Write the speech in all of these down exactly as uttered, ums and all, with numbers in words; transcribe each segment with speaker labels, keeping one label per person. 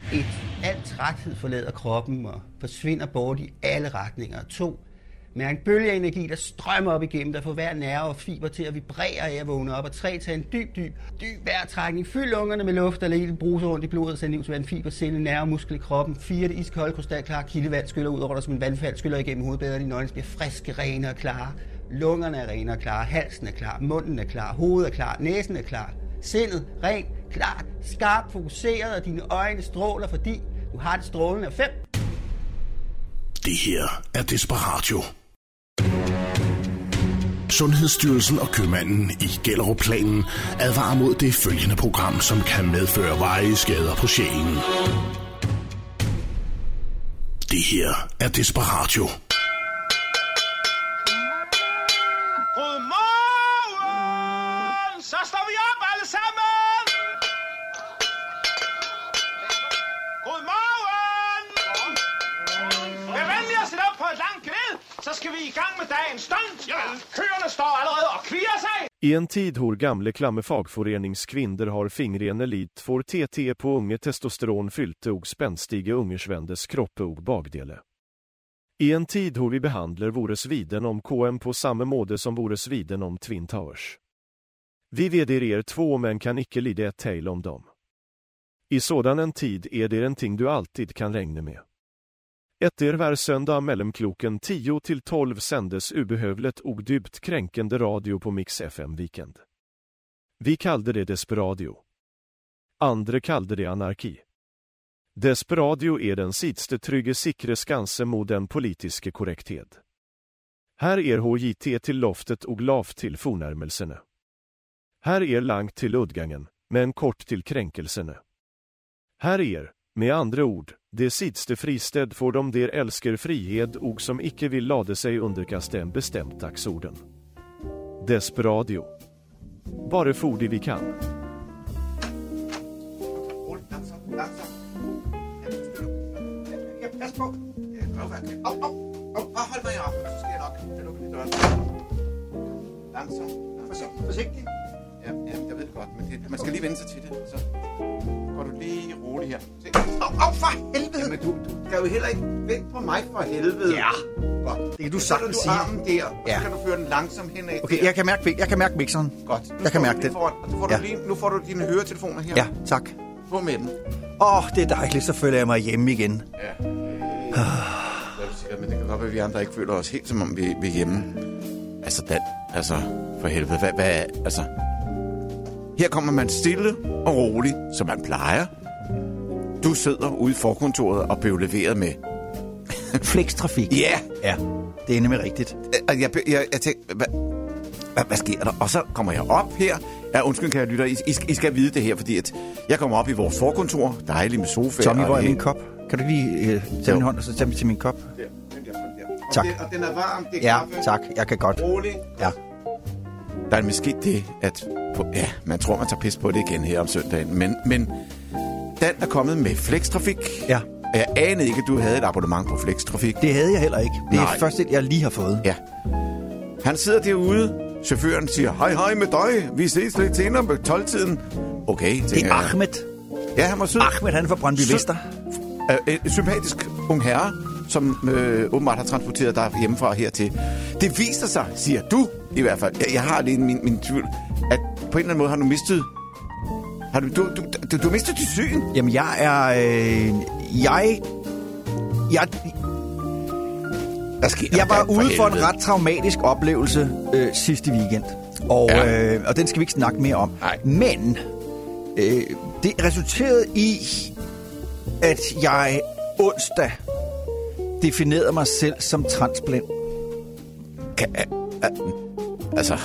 Speaker 1: Et. Al træthed forlader kroppen og forsvinder bort i alle retninger. To. Mærk en bølgeenergi, der strømmer op igennem dig, får hver nerve og fiber til at vibrere af at vågne op. Og tre. Tag en dyb, dyb, dyb vejrtrækning. Fyld lungerne med luft og lad ilden bruse rundt i blodet, så livsvand, fiber, celle, nerve, muskel i kroppen. fire. Det iskolde, krystalklare kildevand skyller ud over dig som en vandfald, skyller igennem hovedbæderne. Dine øjne bliver friske, rene og klare. Lungerne er rene og klare. Halsen er klar. Munden er klar. Hovedet er klar. Næsen er klar. Sindet rent, klart, skarpt, fokuseret, og dine øjne stråler, fordi du har det strålende af fem.
Speaker 2: Det her er Desperatio. Sundhedsstyrelsen og købmanden i Gellerupplanen advarer mod det følgende program, som kan medføre varige skader på sjælen. Det her er Desperatio.
Speaker 3: Godmorgen! Så står vi op alle sammen! Godmorgen! Vær venlig at sætte op på et langt glæd, så skal vi i gang med dagens stund. Køerne står allerede og kvier sig.
Speaker 4: I en tid hvor gamle klamme fagforeningskvinder har fingren elit får T T på unge testosteron fylte og spänstige ungersvendes kroppe og bagdele. I en tid hvor vi behandler vore sviden om K M på samme måde som vore sviden om Twin Towers. Vi veder er två men kan ikke lide et tail om dem. I sådan en tid er det en ting du alltid kan regne med. Etter hver søndag mellom klokken tio til tolv sendes ubehövligt og dybt kränkende radio på Mix F M Weekend. Vi kallde det Desperadio. Andre kallde det anarki. Desperadio er den sidste trygge sikre skanse mot den politiske korrekthet. Her er H J T til loftet og lav til fornærmelsene. Her er langt til udgangen, men kort til kränkelsene. Her er, med andre ord, det sidste fristed for dem der elsker frihet og som ikke vil lade sig underkaste en bestemt dagsorden. Desperadio. Bare for det vi kan.
Speaker 5: Pas på. Au, au, au, hold mig op, så skal jeg nok. Jeg lukker lige døren. Langsomt, langsomt. Forsigtigt. Ja, ja, jeg ved det godt, men det, man skal lige vende sig til det. Så går du lige roligt her. Se. Au, au, for helvede. Jamen, du, du skal jo heller ikke vente på mig for helvede.
Speaker 6: Ja,
Speaker 5: godt.
Speaker 6: Det kan du sagtens sige.
Speaker 5: Så armen der, og
Speaker 6: ja.
Speaker 5: Så kan du føre den langsomt henad.
Speaker 6: Okay,
Speaker 5: der.
Speaker 6: jeg kan mærke, jeg kan mærke mixeren.
Speaker 5: Godt. Nu
Speaker 6: jeg kan mærke det.
Speaker 5: Foran, og så får du
Speaker 6: ja.
Speaker 5: lige, nu får du dine høretelefoner her.
Speaker 6: Ja, tak.
Speaker 5: På med dem.
Speaker 6: Åh, oh, det er dejligt, så føler jeg mig hjemme igen.
Speaker 5: Ja. Men det kan godt være, at vi andre ikke føler os helt som om vi, vi er hjemme. Altså, Dan, altså, for helvede, hvad, hvad, altså... Her kommer man stille og roligt, som man plejer. Du sidder ude i forkontoret og bliver leveret med...
Speaker 6: Flextrafik.
Speaker 5: Ja. Yeah.
Speaker 6: Ja, det er nemlig rigtigt.
Speaker 5: Jeg, jeg, jeg, jeg tænker, hvad, hvad, hvad sker der? Og så kommer jeg op her. Ja, undskyld, kære lytter, I, I, I skal vide det her, fordi at jeg kommer op i vores forkontor. Dejligt med sofa.
Speaker 6: Tommy, hvor er min kop? Kan du lige øh, tage min hånd og så tage til min kop?
Speaker 5: Der, den der, den der.
Speaker 6: Tak.
Speaker 5: Og, det, og den er varm, det er
Speaker 6: ja,
Speaker 5: kaffe.
Speaker 6: tak. Jeg kan godt.
Speaker 5: Rolig.
Speaker 6: Ja.
Speaker 5: Der er måske det, at... På, ja, man tror, man tager pis på det igen her om søndagen. Men, men Dan er kommet med Flextrafik.
Speaker 6: Ja.
Speaker 5: Jeg anede ikke, at du havde et abonnement på Flextrafik.
Speaker 6: Det havde jeg heller ikke. Det er
Speaker 5: Nej.
Speaker 6: først et, jeg lige har fået.
Speaker 5: Ja. Han sidder derude. Chaufføren siger, hej hej med dig. Vi ses lidt senere på tolv-tiden. Okay,
Speaker 6: det er Ahmed.
Speaker 5: Ja, han var sød.
Speaker 6: Ahmed, han er fra Brøndby Vester.
Speaker 5: En øh, sympatisk ung herre, som øh, åbenbart har transporteret dig hjemmefra hertil. Det viser sig, siger du i hvert fald. Jeg, jeg har lige min, min tvivl, at på en eller anden måde har du mistet... Har du, du, du, du, du har mistet dit syn?
Speaker 6: Jamen, jeg er... Øh, jeg... Jeg...
Speaker 5: Hvad sker der?
Speaker 6: Jeg var ude for en ret traumatisk oplevelse øh, sidste weekend. Og, ja. øh, og den skal vi ikke snakke mere om.
Speaker 5: Nej.
Speaker 6: Men øh, det resulterede i, at jeg onsdag definerede mig selv som transblind.
Speaker 5: Kan, øh, øh, altså...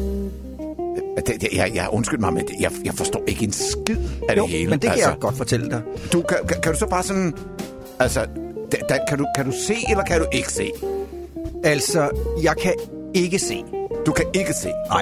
Speaker 5: Jeg, jeg, jeg undskyld mig, men jeg, jeg forstår ikke en skid af
Speaker 6: jo,
Speaker 5: det hele.
Speaker 6: Men det kan
Speaker 5: altså,
Speaker 6: jeg godt fortælle dig.
Speaker 5: Du, kan, kan, kan du så bare sådan... Altså, da, da, kan, du, kan du se, eller kan du ikke se?
Speaker 6: Altså, jeg kan ikke se.
Speaker 5: Du kan ikke se?
Speaker 6: Nej.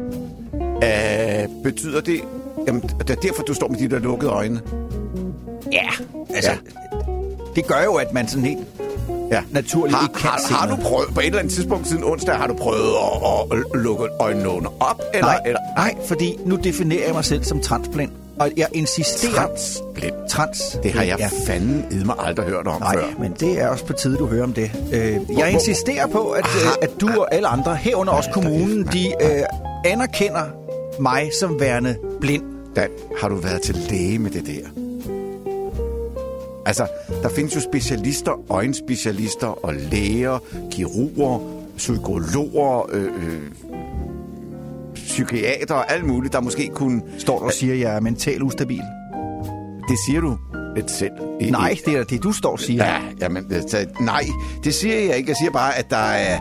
Speaker 5: Uh, betyder det... Jamen, det er derfor, du står med de der lukkede øjne?
Speaker 6: Ja, altså... Ja. Det gør jo, at man sådan helt... Ja. Naturligt
Speaker 5: har,
Speaker 6: ikke kan
Speaker 5: har,
Speaker 6: se
Speaker 5: har
Speaker 6: noget.
Speaker 5: du prøvet, på et eller andet tidspunkt siden onsdag, har du prøvet at, at lukke øjnene op? Eller,
Speaker 6: nej,
Speaker 5: eller?
Speaker 6: nej, fordi nu definerer jeg mig selv som transblind. Og jeg insisterer...
Speaker 5: Transblind?
Speaker 6: trans.
Speaker 7: Det har jeg
Speaker 6: ja.
Speaker 7: fanden i mig aldrig hørt om
Speaker 6: Nej,
Speaker 7: før.
Speaker 6: men det er også på tide, du hører om det. Øh, jeg insisterer på, at, øh, at du og alle andre, herunder også kommunen, de øh, anerkender mig som værende blind.
Speaker 7: Dan, har du været til læge med det der? Altså, der findes jo specialister, øjenspecialister og læger, kirurger, psykologer, øh, øh, psykiater og alt muligt, der måske kunne...
Speaker 6: Står du og siger, at jeg er mentalt ustabil?
Speaker 7: Det siger du lidt selv.
Speaker 6: Nej, det er det, du står og siger.
Speaker 7: Ja, jamen, altså, nej, det siger jeg ikke. Jeg siger bare, at der er...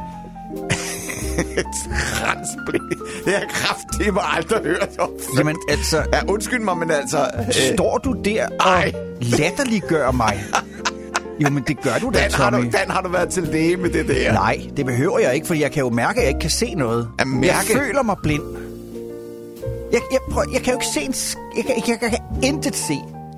Speaker 7: transblind. Det har kraftigt mig aldrig hørt om.
Speaker 6: Jamen, altså...
Speaker 7: Ja, undskyld mig, men altså... Øh...
Speaker 6: Står du der og latterliggør mig? Jo, men det gør du da,
Speaker 7: Dan, har
Speaker 6: Tommy.
Speaker 7: du, Dan, har du været til læge med det der?
Speaker 6: Nej, det behøver jeg ikke, for jeg kan jo mærke, at jeg ikke kan se noget.
Speaker 7: At mærke?
Speaker 6: Jeg føler mig blind. Jeg, jeg, prøv, jeg kan jo ikke se en... sk- Jeg kan, jeg, jeg kan intet se.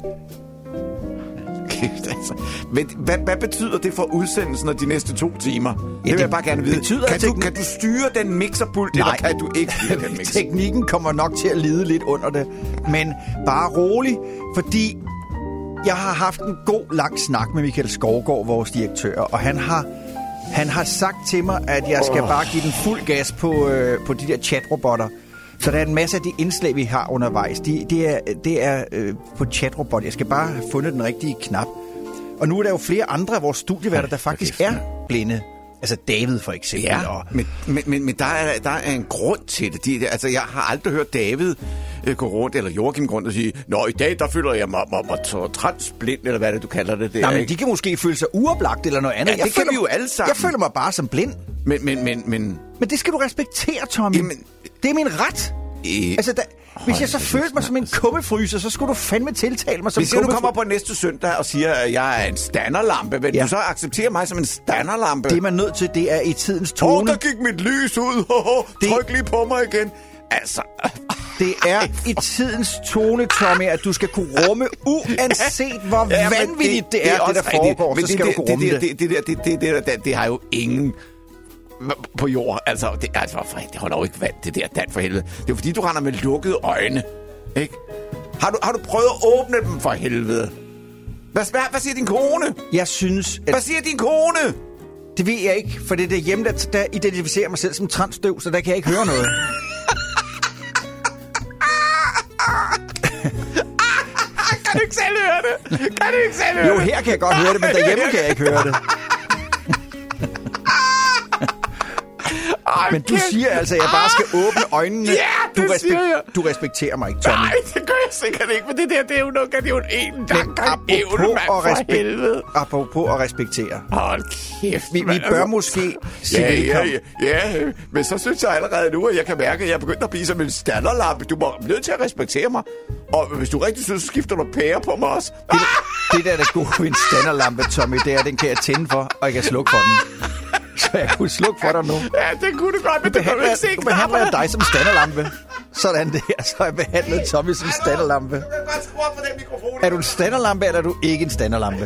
Speaker 7: Altså. Men hvad, hvad betyder det for udsendelsen af de næste to timer? Ja, det vil
Speaker 6: det
Speaker 7: jeg bare gerne vide.
Speaker 6: betyder,
Speaker 7: Kan
Speaker 6: at
Speaker 7: du,
Speaker 6: tekn-
Speaker 7: kan du styre den mixerpult, eller kan du ikke styre den mixer?
Speaker 6: Teknikken kommer nok til at lide lidt under det. Men bare rolig, fordi jeg har haft en god lang snak med Michael Skovgaard, vores direktør, og han har, han har sagt til mig, at jeg skal oh. bare give den fuld gas på, øh, på de der chatrobotter. Så der er en masse af de indslag, vi har undervejs. De, det er, det er øh, på chatrobot. Jeg skal bare have fundet den rigtige knap. Og nu er der jo flere andre af vores studieværter, der faktisk er blinde. Altså David for eksempel.
Speaker 7: Ja,
Speaker 6: og...
Speaker 7: men, men, men, men der, er, der er en grund til det. De, altså, jeg har aldrig hørt David øh, gå rundt, eller Joachim gå rundt og sige, nå, i dag, der føler jeg mig, mig, mig transblind, eller hvad det, du kalder det der.
Speaker 6: Nej, men
Speaker 7: ikke?
Speaker 6: de kan måske føle sig uoplagt eller noget andet.
Speaker 7: Ja, det
Speaker 6: jeg
Speaker 7: kan
Speaker 6: føler,
Speaker 7: vi jo alle sammen.
Speaker 6: Jeg føler mig bare som blind.
Speaker 7: Men, men, men, men...
Speaker 6: Men det skal du respektere, Tommy.
Speaker 7: Jamen,
Speaker 6: det er min ret.
Speaker 7: Øh,
Speaker 6: altså, da, hvis jeg så følte mig som en kummefryser, så skulle du fandme tiltale mig som
Speaker 7: hvis
Speaker 6: en
Speaker 7: du kommer på næste søndag og siger, at jeg er en standerlampe, vil ja. du så acceptere mig som en standerlampe?
Speaker 6: Det er man nødt til, det er i tidens tone.
Speaker 7: Åh, oh, der gik mit lys ud. Det... Tryk lige på mig igen. Altså...
Speaker 6: Det er i tidens tone, Tommy, at du skal kunne rumme, uanset hvor ja, vanvittigt det, det er, det, det der foregår, så skal
Speaker 7: det,
Speaker 6: du kunne rumme det.
Speaker 7: Det, det, det, det, det, det, det, det har jo ingen på jord. Altså, det, altså for, det holder jo ikke vand, det der, Dan, for helvede. Det er jo fordi, du render med lukkede øjne, ikke? Har du, har du prøvet at åbne dem, for helvede? Hvad, hvad, hvad siger din kone?
Speaker 6: Jeg synes... At...
Speaker 7: Hvad siger din kone?
Speaker 6: Det ved jeg ikke, for det er derhjemme, der, der identificerer mig selv som transstøv, så der kan jeg ikke høre noget.
Speaker 7: Kan du ikke selv høre det? Kan du ikke selv høre
Speaker 6: jo,
Speaker 7: det?
Speaker 6: Jo, her kan jeg godt høre det, men derhjemme kan jeg ikke høre det. Men du siger altså, at jeg bare skal åbne øjnene.
Speaker 7: Ja, det
Speaker 6: du, respe-
Speaker 7: siger jeg.
Speaker 6: Du respekterer mig ikke, Tommy.
Speaker 7: Nej, det gør jeg sikkert ikke, men det der, det er jo noget, det er jo en gang
Speaker 6: apropos,
Speaker 7: evne, mand, for respe- helvede.
Speaker 6: Apropos at respektere.
Speaker 7: Hold kæft,
Speaker 6: Vi, vi bør måske sige
Speaker 7: ja, ja, ja, ja, men så synes jeg allerede nu, at jeg kan mærke, at jeg er begyndt at blive som en standerlampe. Du må nødt til at respektere mig. Og hvis du rigtig synes, så skifter du pære på mig også.
Speaker 6: Det, det der er det gode ved en standerlampe, Tommy, det er, at den kan jeg tænde for, og jeg kan slukke for den. Så jeg kunne slukke for dig nu.
Speaker 7: Ja, det kunne du godt, men
Speaker 6: du
Speaker 7: det kan du ikke se.
Speaker 6: Du behandler jeg dig som standerlampe. Sådan det her, så har jeg behandlet Tommy som standerlampe.
Speaker 7: Du kan godt skrue op for den mikrofon.
Speaker 6: Er du en standerlampe, eller er du ikke en standerlampe?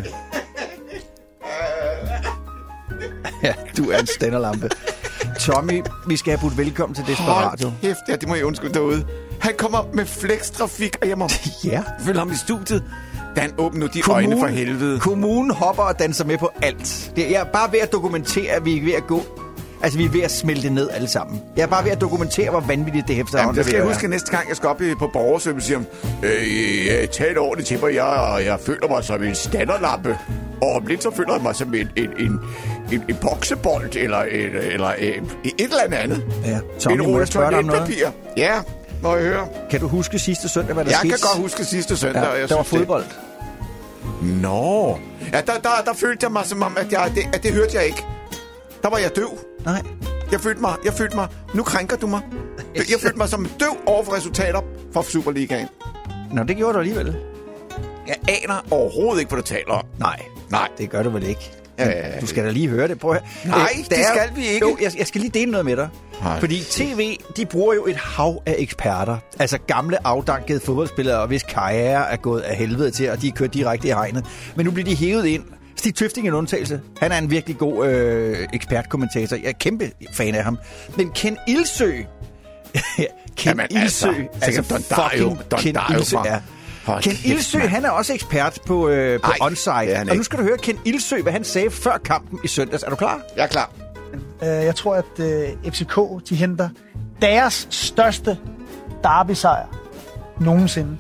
Speaker 6: Ja, du er en standerlampe. Tommy, vi skal have budt velkommen til Desperatio.
Speaker 7: Hold kæft, ja, det må jeg undskylde derude. Han kommer med flextrafik, og jeg må
Speaker 6: ja.
Speaker 7: følge ham i studiet. Dan, åbn nu de Kommunen, øjne for helvede.
Speaker 6: Kommunen hopper og danser med på alt. Det er, jeg er bare ved at dokumentere, at vi er ved at gå... Altså, vi er ved at smelte ned alle sammen. Jeg er bare ved at dokumentere, hvor vanvittigt det hæfter.
Speaker 7: Jamen, det skal jeg huske næste gang, jeg skal op på borgerservice, siger øh, tag et ordentligt til mig, jeg, og jeg føler mig som en standerlampe. Og om lidt, så føler jeg mig som en, en, en, en, en boksebold, eller, en, eller en, et eller andet.
Speaker 6: Ja, Tommy, må jeg spørge dig om noget?
Speaker 7: Ja, må jeg høre.
Speaker 6: Kan du huske sidste søndag, hvad der
Speaker 7: jeg
Speaker 6: skete?
Speaker 7: Jeg kan godt huske sidste søndag.
Speaker 6: Ja,
Speaker 7: og jeg
Speaker 6: der var
Speaker 7: synes,
Speaker 6: fodbold.
Speaker 7: Det... Nå. Ja, der, der, der følte jeg mig som om, at, jeg, det, at det hørte jeg ikke. Der var jeg døv.
Speaker 6: Nej.
Speaker 7: Jeg følte mig, jeg følte mig, nu krænker du mig. Jeg følte mig som døv over for resultater fra Superligaen.
Speaker 6: Nå, det gjorde du alligevel.
Speaker 7: Jeg aner overhovedet ikke, hvad du taler om.
Speaker 6: Nej,
Speaker 7: Nej,
Speaker 6: det gør du vel ikke.
Speaker 7: Øh,
Speaker 6: du skal da lige høre det. Prøv at høre.
Speaker 7: Nej, øh, det skal vi ikke.
Speaker 6: Jo, jeg, jeg skal lige dele noget med dig. Nej. Fordi tv, de bruger jo et hav af eksperter. Altså gamle, afdankede fodboldspillere, og hvis karriere er gået af helvede til, og de er kørt direkte i hegnet. Men nu bliver de hævet ind. Stig Tøfting er en undtagelse. Han er en virkelig god øh, ekspertkommentator. Jeg er kæmpe fan af ham. Men Ken Ildsø... Ken
Speaker 7: Jamen,
Speaker 6: Ildsø...
Speaker 7: Altså, altså fucking
Speaker 6: Ken Ildsø er...
Speaker 7: Hold
Speaker 6: Ken
Speaker 7: kæft,
Speaker 6: Ildsø,
Speaker 7: mand.
Speaker 6: han er også ekspert på, øh, på
Speaker 7: Ej,
Speaker 6: onside.
Speaker 7: det er han
Speaker 6: Og nu
Speaker 7: ikke.
Speaker 6: skal du høre Ken Ildsø, hvad han sagde før kampen i søndags. Er du klar?
Speaker 7: Jeg er klar.
Speaker 8: Øh, Jeg tror, at øh, F C K, de henter deres største derby-sejr nogensinde.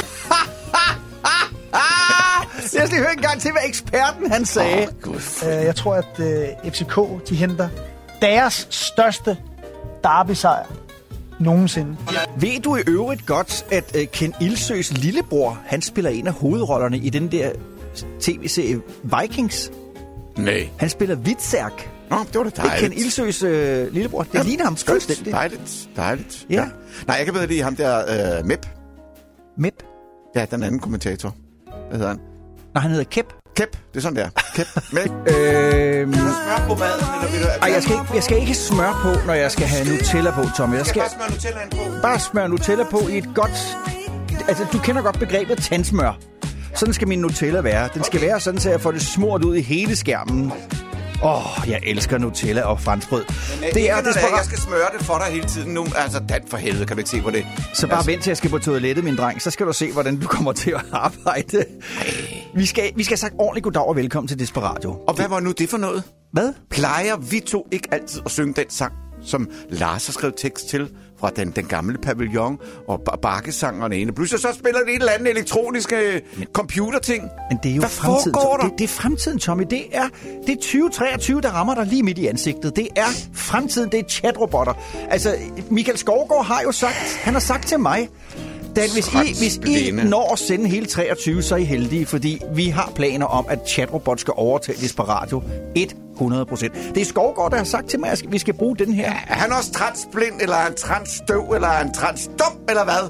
Speaker 6: Lad os lige høre en gang til, hvad eksperten han sagde.
Speaker 7: Åh, Gud.
Speaker 8: Øh, Jeg tror, at øh, F C K, de henter deres største derby-sejr nogensinde.
Speaker 6: Ved du i øvrigt godt, at øh, Ken Ildsøs lillebror, han spiller en af hovedrollerne i den der tv-serie Vikings?
Speaker 7: Nej.
Speaker 6: Han spiller Witzerk.
Speaker 7: Nå, det var da
Speaker 6: Det er
Speaker 7: dejligt.
Speaker 6: Ken Ildsøs øh, lillebror. Det ligner ham
Speaker 7: skønt.
Speaker 6: fuldstændig.
Speaker 7: Dejligt, dejligt.
Speaker 6: Ja.
Speaker 7: Nej, jeg kan bedre lide ham der, øh, Mep.
Speaker 6: Mep.
Speaker 7: Ja, den anden kommentator. Hvad hedder han?
Speaker 6: Når han hedder Kep.
Speaker 7: Kep, det er sådan der. Kep. Mep.
Speaker 6: Øhm,
Speaker 7: Smør på maden, eller vil du...
Speaker 6: ej, jeg skal, ikke, jeg skal ikke smøre på, når jeg skal have Nutella på, Tommy. Jeg skal
Speaker 7: bare smøre Nutellaen på.
Speaker 6: bare smøre Nutella på i et godt... Altså, du kender godt begrebet tandsmør. Sådan skal min Nutella være. Den skal være sådan, så jeg får det smurt ud i hele skærmen. Åh, oh, jeg elsker Nutella og franskbrød.
Speaker 7: Det er det, jeg skal smøre det for dig hele tiden nu. Altså, Dan for helvede, kan du ikke se på det?
Speaker 6: Så bare
Speaker 7: altså...
Speaker 6: vent til, jeg skal på toilettet, min dreng. Så skal du se, hvordan du kommer til at arbejde. Vi skal, vi skal have sagt ordentligt goddag og velkommen til Desperatio.
Speaker 7: Og hvad var nu det for noget?
Speaker 6: Hvad?
Speaker 7: Plejer vi to ikke altid at synge den sang, som Lars har skrevet tekst til, fra den, den gamle pavillon og bakkesangerne ene. Pludselig så spiller det et eller andet elektroniske men, computerting.
Speaker 6: Men det er jo
Speaker 7: hvad
Speaker 6: fremtiden.
Speaker 7: der?
Speaker 6: Det, det er fremtiden, Tommy. Det er, det er tyve treogtyve, der rammer dig lige midt i ansigtet. Det er fremtiden. Det er chatrobotter. Altså, Michael Skovgaard har jo sagt, han har sagt til mig, Dan, hvis I, hvis I når at sende hele treogtyve, så er I heldige, fordi vi har planer om, at chatrobot skal overtage Desperatio hundrede procent. Det er Skovgaard, der har sagt til mig, at vi skal bruge den her.
Speaker 7: Er han også transblind, eller er han transstøv, eller er han transdum, eller hvad?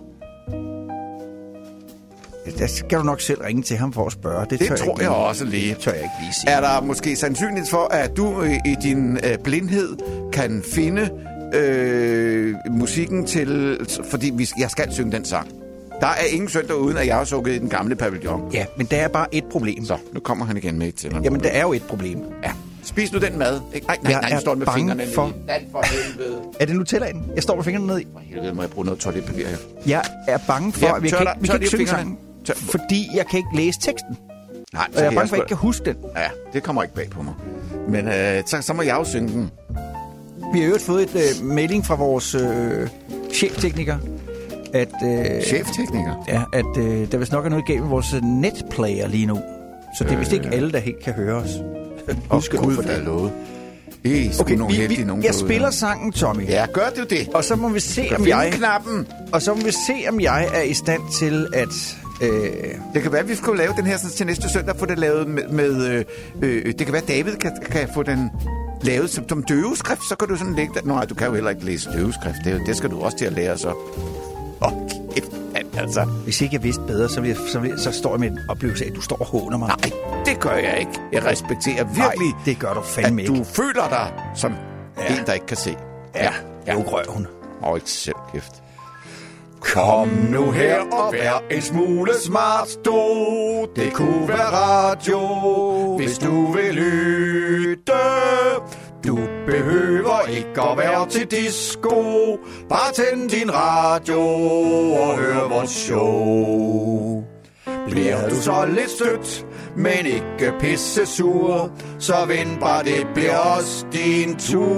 Speaker 6: Der skal du nok selv ringe til ham for at spørge. Det,
Speaker 7: Det
Speaker 6: tør
Speaker 7: tror
Speaker 6: jeg, ikke,
Speaker 7: jeg også lige.
Speaker 6: tør jeg ikke lige sige.
Speaker 7: Er der måske sandsynlighed for, at du øh, i din øh, blindhed kan finde øh, musikken til... Fordi vi, jeg skal synge den sang. Der er ingen søndag uden, at jeg har sukket i den gamle pavillon.
Speaker 6: Ja, men der er bare et problem.
Speaker 7: Så, nu kommer han igen med til.
Speaker 6: Jamen, der er jo et problem.
Speaker 7: Ja. Spis nu den mad. Ikke? Nej, nej,
Speaker 6: Jeg
Speaker 7: nej,
Speaker 6: er
Speaker 7: nu står den med
Speaker 6: bange
Speaker 7: fingrene
Speaker 6: for-
Speaker 7: nede i. Dan for helvede.
Speaker 6: Er det Nutellaen? Jeg står med fingrene ned i.
Speaker 7: For helvede, må jeg bruge noget toiletpapir her.
Speaker 6: Jeg er bange for,
Speaker 7: Ja,
Speaker 6: at vi
Speaker 7: tør
Speaker 6: kan
Speaker 7: dig-
Speaker 6: ikke, vi
Speaker 7: tør
Speaker 6: kan ikke
Speaker 7: lige
Speaker 6: synge
Speaker 7: fingrene.
Speaker 6: sangen,
Speaker 7: Tør-
Speaker 6: fordi jeg kan ikke læse teksten.
Speaker 7: Nej,
Speaker 6: Og jeg er bange for, at jeg ikke kan huske den.
Speaker 7: Ja, det kommer ikke bag på mig. Men øh, så, så må jeg jo synge den.
Speaker 6: Vi har jo fået et øh, mailing fra vores øh, cheftekniker, at, øh,
Speaker 7: Cheftekniker?
Speaker 6: ja, at øh, der vist nok er noget galt med vores øh, netplayer lige nu. Så det er vist ikke alle, der helt kan høre os.
Speaker 7: Åh, Gud, for det love. I er sgu
Speaker 6: Okay,
Speaker 7: nogle
Speaker 6: vi,
Speaker 7: heldige
Speaker 6: vi,
Speaker 7: nogen
Speaker 6: jeg
Speaker 7: derude.
Speaker 6: spiller sangen, Tommy.
Speaker 7: Ja, gør du det.
Speaker 6: Og så må vi se, om
Speaker 7: Find
Speaker 6: jeg,
Speaker 7: knappen.
Speaker 6: og så må vi se, om jeg er i stand til at... Øh,
Speaker 7: Det kan være, at vi skulle lave den her sådan, til næste søndag, få det lavet med... med øh, øh, det kan være, at David kan, kan få den lavet som, som døveskrift, så kan du sådan lægge... Nå, nej, du kan jo heller ikke læse døveskrift. Det, det skal du også til at lære, så... Åh, oh, kæft, altså.
Speaker 6: hvis ikke jeg vidste bedre, så, vil jeg, så, vil, jeg- så står jeg med en oplevelse af, at du står og håner mig.
Speaker 7: Nej, det gør jeg ikke. Jeg respekterer virkelig,
Speaker 6: Nej, det gør du fandme
Speaker 7: at
Speaker 6: ikke.
Speaker 7: du føler dig som
Speaker 6: Ja.
Speaker 7: en, der ikke kan se.
Speaker 6: Ja, ja. Nu rører hun.
Speaker 7: Og ikke selv kæft. Kom nu her og vær en smule smart, du. Det kunne være radio, hvis du vil lytte. Du behøver ikke at være til disco. Bare tænd din radio og hør vores show. Bliver du så lidt stødt, men ikke pisse sur, så vent bare, det bliver også din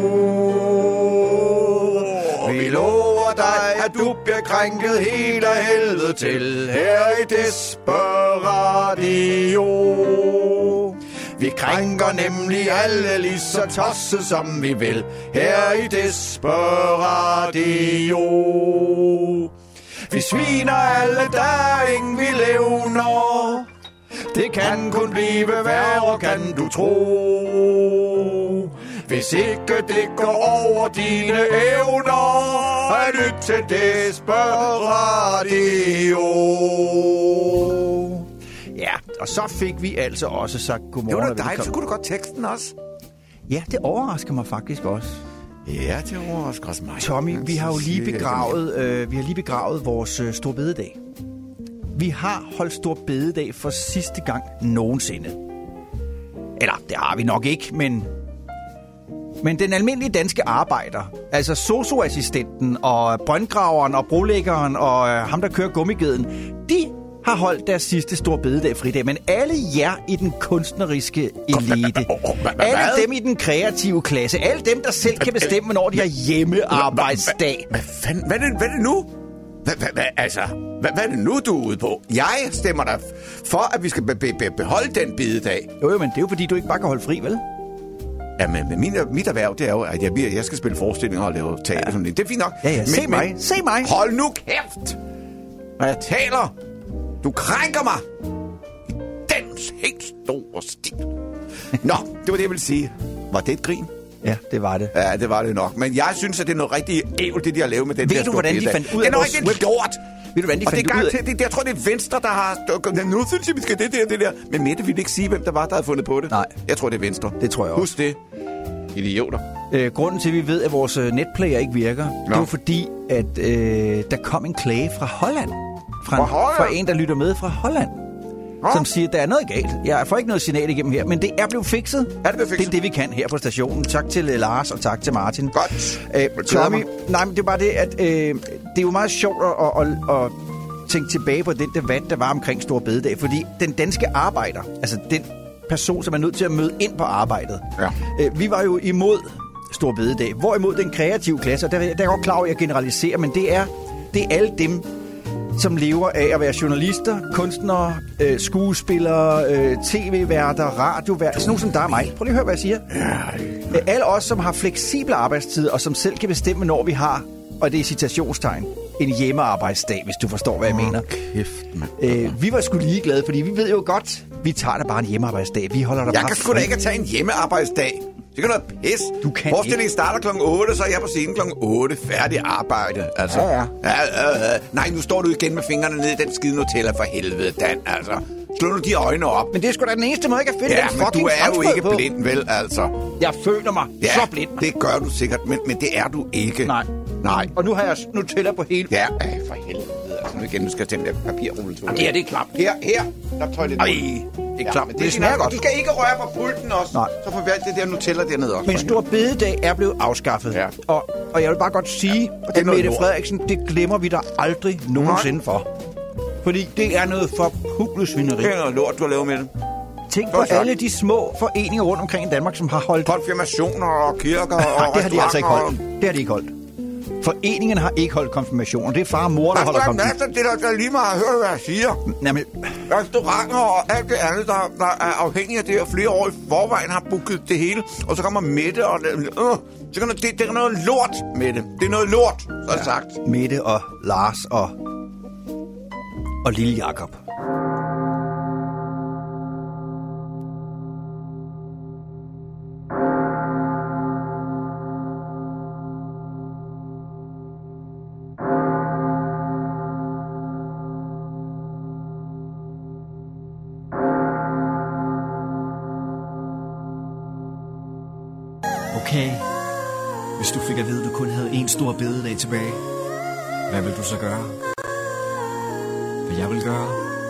Speaker 7: tur. Vi lover dig, at du bliver krænket helt af helvede til her i Desperatio. Vi krænker nemlig alle lige så tosset som vi vil her i Desperatio. Vi sviner alle, der er ingen vi levner. Det kan kun blive værre, kan du tro. Hvis ikke det går over dine evner, er lyt til Desperatio.
Speaker 6: Ja, og så fik vi altså også sagt
Speaker 7: Det
Speaker 6: godmorgen.
Speaker 7: var
Speaker 6: og
Speaker 7: da dejligt, så
Speaker 6: velkommen.
Speaker 7: kunne du godt teksten også.
Speaker 6: Ja, det overrasker mig faktisk også.
Speaker 7: Ja, det overrasker også mig.
Speaker 6: Tommy, vi har jo lige begravet, øh, vi har lige begravet vores øh, store bededag. Vi har holdt stor bededag for sidste gang nogensinde. Eller, det har vi nok ikke, men... Men den almindelige danske arbejder, altså sosu-assistenten og brøndgraveren og brolæggeren og øh, ham, der kører gummigeden, de har har holdt deres sidste store bededag fridag, men alle jer i den kunstneriske elite, alle dem i den kreative klasse, alle dem, der selv kan bestemme, hvornår de har hjemmearbejdsdag.
Speaker 7: Hvad fanden? Hvad er det, hvad er det nu? Hvad, hvad, hvad, altså, hvad, hvad er det nu, du er ude på? Jeg stemmer dig for, at vi skal be- be- beholde den bededag.
Speaker 6: Jo, jo, men det er jo fordi, du ikke bare kan holde fri, vel?
Speaker 7: Ja, men, men min, mit erhverv, det er jo, at jeg, jeg skal spille forestillinger og lave teater. Ja. Sådan det. det er fint nok.
Speaker 6: Ja, ja, se
Speaker 7: men,
Speaker 6: mig,
Speaker 7: men,
Speaker 6: se mig.
Speaker 7: Hold nu kæft, når jeg taler. Du krænker mig. I den helt store stil. Nå, det var det, jeg ville sige. Var det et grin?
Speaker 6: Ja, det var det.
Speaker 7: Ja, det var det nok. Men jeg synes, at det er noget rigtig ævl, det de har lavet med den
Speaker 6: Ved
Speaker 7: der
Speaker 6: du,
Speaker 7: store
Speaker 6: hvordan de
Speaker 7: bededag.
Speaker 6: fandt ud af
Speaker 7: det er
Speaker 6: vores
Speaker 7: noget rigtig lort.
Speaker 6: Ved du, hvordan de
Speaker 7: og
Speaker 6: fandt
Speaker 7: det er
Speaker 6: ud af...
Speaker 7: det, det, jeg tror, det er Venstre, der har... Nu synes jeg, vi skal det der, det der. Men Mette ville ikke sige, hvem der var, der havde fundet på det.
Speaker 6: Nej.
Speaker 7: Jeg tror, det er Venstre.
Speaker 6: Det tror jeg også.
Speaker 7: Husk det. Idioter.
Speaker 6: Øh, grunden til, at vi ved, at vores netplayer ikke virker, Nå. det var fordi, at øh, der kom en klage fra Holland. Fra, en,
Speaker 7: Holland?
Speaker 6: fra en, der lytter med fra Holland. Nå. Som siger, at der er noget galt. Jeg får ikke noget signal igennem her, men det er blevet fikset.
Speaker 7: Er det blevet fikset?
Speaker 6: Det er det, vi kan her på stationen. Tak til uh, Lars, og tak til Martin.
Speaker 7: Godt.
Speaker 6: Øh, Tommy, nej, men det er bare det, at øh, det er jo meget sjovt at, at, at tænke tilbage på den debat, der var omkring Store Bededag. Fordi den danske arbejder, altså den person, som er nødt til at møde ind på arbejdet.
Speaker 7: Ja.
Speaker 6: Øh, vi var jo imod Store Bededag. Hvorimod den kreative klasse, og der, der er jeg godt klar over, at jeg generaliserer, men det er, det er alle dem, som lever af at være journalister, kunstnere, øh, skuespillere, øh, tv-værter, radioværter, sådan nogen som der er mig. Prøv lige at høre, hvad jeg siger. Ja. Alle os, som har fleksible arbejdstider, og som selv kan bestemme, når vi har, og det er citationstegn, en hjemmearbejdsdag, hvis du forstår, hvad jeg oh, mener.
Speaker 7: Kæft, man.
Speaker 6: Øh, vi var sgu ligeglade, fordi vi ved jo godt, vi tager da bare en hjemmearbejdsdag. Vi holder der
Speaker 7: jeg
Speaker 6: bare
Speaker 7: kan sgu da ikke tage en hjemmearbejdsdag. Det kan noget pis.
Speaker 6: Du kan
Speaker 7: Forestillingen
Speaker 6: ikke.
Speaker 7: starter klokken otte, så er jeg på scenen klokken otte. Færdig arbejde. Altså.
Speaker 6: Ja, ja.
Speaker 7: ja øh, øh. Nej, nu står du igen med fingrene nede i den skide Nutella for helvede, Dan. Altså, slå nu de øjne op.
Speaker 6: Men det er sgu da den eneste måde, jeg kan finde
Speaker 7: ja,
Speaker 6: den
Speaker 7: men
Speaker 6: fucking
Speaker 7: du er jo ikke
Speaker 6: på.
Speaker 7: blind, vel, altså.
Speaker 6: Jeg føler mig
Speaker 7: Ja,
Speaker 6: så blind.
Speaker 7: det gør du sikkert, men, men det er du ikke.
Speaker 6: Nej.
Speaker 7: Nej.
Speaker 6: Og nu har jeg Nutella på hele.
Speaker 7: Ja, ej, for helvede. Altså, nu igen, nu skal jeg tage den der papirrulle til.
Speaker 6: Jamen, det her, det er klart.
Speaker 7: Her, her. Der er toilet.
Speaker 6: Ej, det er klart.
Speaker 7: Ja,
Speaker 6: det, det smager godt.
Speaker 7: Du skal ikke røre på pulten også.
Speaker 6: Nej.
Speaker 7: Så får vi alt det der Nutella dernede også.
Speaker 6: Men Stor Bededag er blevet afskaffet.
Speaker 7: Ja.
Speaker 6: Og, og jeg vil bare godt sige,
Speaker 7: er
Speaker 6: at
Speaker 7: noget
Speaker 6: Mette
Speaker 7: lort.
Speaker 6: Frederiksen, det glemmer vi der aldrig nogensinde for. Fordi det er noget for publisvineri.
Speaker 7: Det er noget lort, du har lavet med det.
Speaker 6: Tænk på alle de små foreninger rundt omkring i Danmark, som har holdt...
Speaker 7: Konfirmationer og kirker og
Speaker 6: Nej, det har de altså ikke holdt.
Speaker 7: og...
Speaker 6: Det har de ikke holdt. Foreningen har ikke holdt konfirmationer. Det er far og mor, der
Speaker 7: Hvad
Speaker 6: holder
Speaker 7: skal
Speaker 6: konfirmationer.
Speaker 7: det der, der lige meget høre, hvad jeg siger?
Speaker 6: Jamen,
Speaker 7: Restauranter og alt det andet, der, der er afhængige af det, og flere år i forvejen har booket det hele. Og så kommer Mette og... Øh, så kan det, det er noget lort, Mette. Det er noget lort, så er ja. sagt.
Speaker 6: Mette og Lars og... og lille Jakob.
Speaker 9: Okay, hvis du fik at vide, at du kun havde en stor bededag tilbage, hvad vil du så gøre? Hvad jeg vil gøre?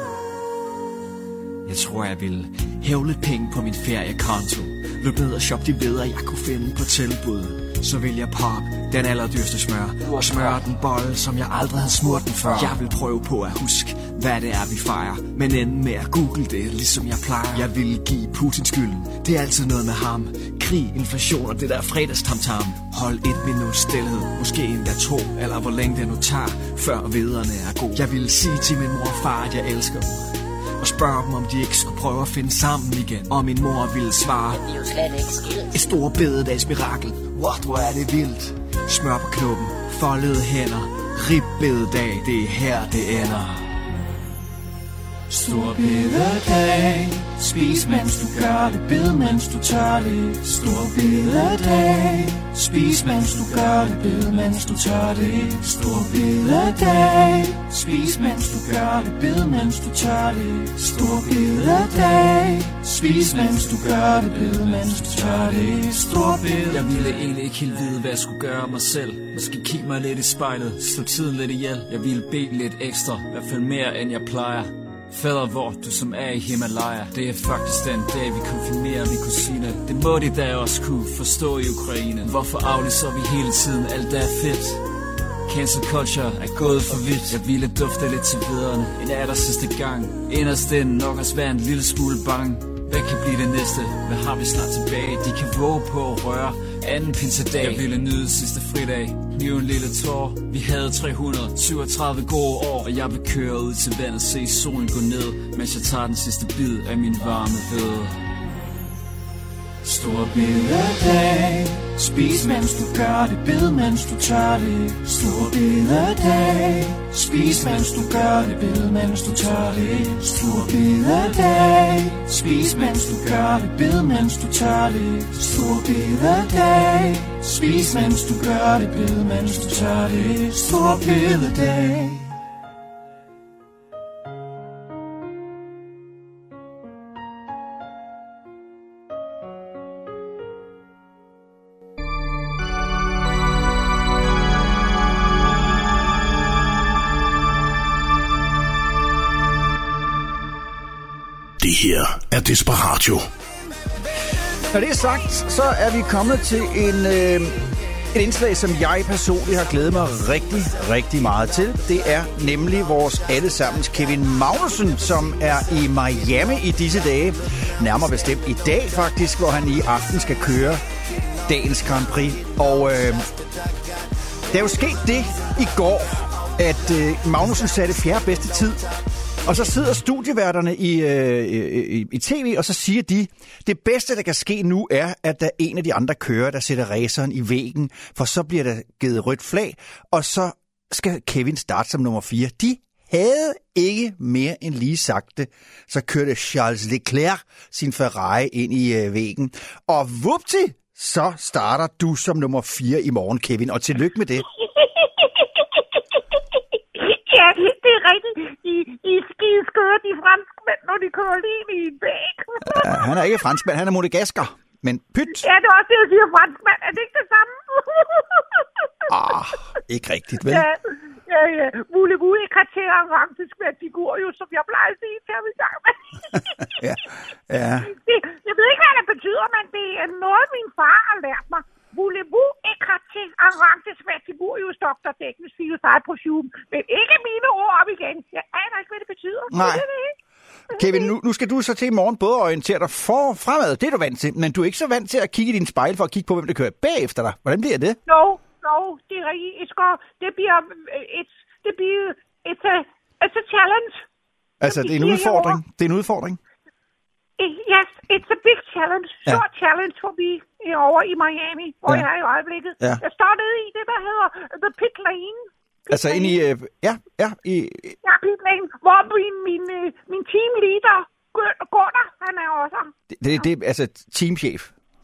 Speaker 9: Jeg tror, jeg vil hæve lidt penge på min feriekonto. Løb ned og shop de bedre, jeg kunne finde på tilbud. Så vil jeg poppe den allerdyrste smør og smøre den bolle, som jeg aldrig havde smurt den før. Jeg vil prøve på at huske, hvad det er, vi fejrer, men ende med at google det, ligesom jeg plejer. Jeg vil give Putin skylden, det er altid noget med ham. Krig, inflation og det der fredagstamtam. Hold et minut stillhed, måske endda to, eller hvor længe det nu tager, før vederne er god. Jeg vil sige til min mor og far, at jeg elsker dem, og spørge dem, om de ikke skulle prøve at finde sammen igen. Og min mor ville svare,
Speaker 10: de er jo slet ikke skilt.
Speaker 9: Et stort bededagsmirakel. What, hvor er det vildt. Smør på knoppen, foldede hænder, ribbededag, det er her det ender. Stor bededag, spis mens du gør det, bed mens du tør det. Stor bededag, spis mens du gør det, bed mens du tør det. Stor bededag, spis mens du gør det, bed mens du tør det. Stor bededag, spis mens du gør det, bed mens du tør det. Stor bededag. Jeg ville egentlig ikke helt vide, hvad jeg skulle gøre mig selv. Måske kigge mig lidt i spejlet, slå tiden lidt ihjel. Jeg ville bede lidt ekstra, i hvert fald mere end jeg plejer. Fader, hvor du som er i Himalaya. Det er faktisk den dag, vi konfirmerer min kusine. Det må de da også kunne forstå i Ukraine. Hvorfor aflyser vi hele tiden alt der er fedt? Cancel culture er gået for vidt. Jeg ville dufte lidt til viderne en aller sidste gang. Inderst inden nok også være en lille smule bang. Hvad kan blive det næste? Hvad har vi snart tilbage? De kan våge på at røre anden pinsedag. Jeg ville nyde sidste fridag, knive en lille tår. Vi havde tre hundrede syvogtredive gode år, og jeg vil køre ud til vandet, se solen gå ned, mens jeg tager den sidste bid af min varme ved. Stor bededag, spis mens du gør det, bed mens du tør det. Stor bededag, spis mens du gør det, bed mens du tør det. Stor bededag, spis mens du gør det, bed mens du tør det. Stor bededag, spis mens du gør det, bed mens du tør det. Stor bededag.
Speaker 2: Det her er Desperatio.
Speaker 6: Når det er sagt, så er vi kommet til en, øh, et indslag, som jeg personligt har glædet mig rigtig, rigtig meget til. Det er nemlig vores allesammens Kevin Magnussen, som er i Miami i disse dage. Nærmere bestemt i dag faktisk, hvor han i aften skal køre dagens Grand Prix. Og øh, der er jo sket det i går, at øh, Magnussen satte fjerde bedste tid. Og så sidder studieværterne i, øh, i, i tv, og så siger de, det bedste, der kan ske nu, er, at der er en af de andre kører, der sætter raceren i væggen, for så bliver der givet rødt flag, og så skal Kevin starte som nummer fire. De havde ikke mere end lige sagt det. Så kørte Charles Leclerc sin Ferrari ind i øh, væggen, og vupti, så starter du som nummer fire i morgen, Kevin, og tillykke med det.
Speaker 10: Ja, det er rigtigt. I, I skide skøre de franskmænd, når de kører lige i en bag.
Speaker 6: Ja, han er ikke franskmand, han er monegasker. Men pyt.
Speaker 10: Ja, det er også det, jeg siger franskmand. Er det ikke det samme?
Speaker 6: Ah, ikke rigtigt, vel?
Speaker 10: Ja, ja, ja. Voulez-vous écarter en rangtidsmænd figur, jo, som jeg plejer at sige til ham i gang med.
Speaker 6: Ja, ja.
Speaker 10: Det, jeg ved ikke, hvad det betyder, men det er noget, min far har lært mig. Voulez-vous écarter en rangtidsmænd figur, jo, doktor Dækkens fire sejt på syv. Men ikke mine ord op igen. Jeg aner ikke, hvad det betyder.
Speaker 6: Nej.
Speaker 10: Det, det,
Speaker 6: Kevin, nu, nu skal du så til i morgen både orientere dig for fremad, det er du vant til, men du er ikke så vant til at kigge i din spejl for at kigge på, hvem der kører bagefter dig. Hvordan bliver det?
Speaker 10: No, no, det er rigtigt. Det bliver et, det bliver et, it's a challenge.
Speaker 6: Altså, det er en udfordring. Det er en udfordring.
Speaker 10: Yes, it's a big challenge. Stor ja. challenge for vi over i Miami, hvor ja. jeg er i øjeblikket. Ja. Jeg står nede i det, der hedder The Pit Lane. Pit
Speaker 6: altså
Speaker 10: lane.
Speaker 6: ind i, øh, ja, ja, i...
Speaker 10: Ja, Pit Lane, hvor min, min, min teamleader, Gunnar, han er også.
Speaker 6: Det, det, det er altså teamchef.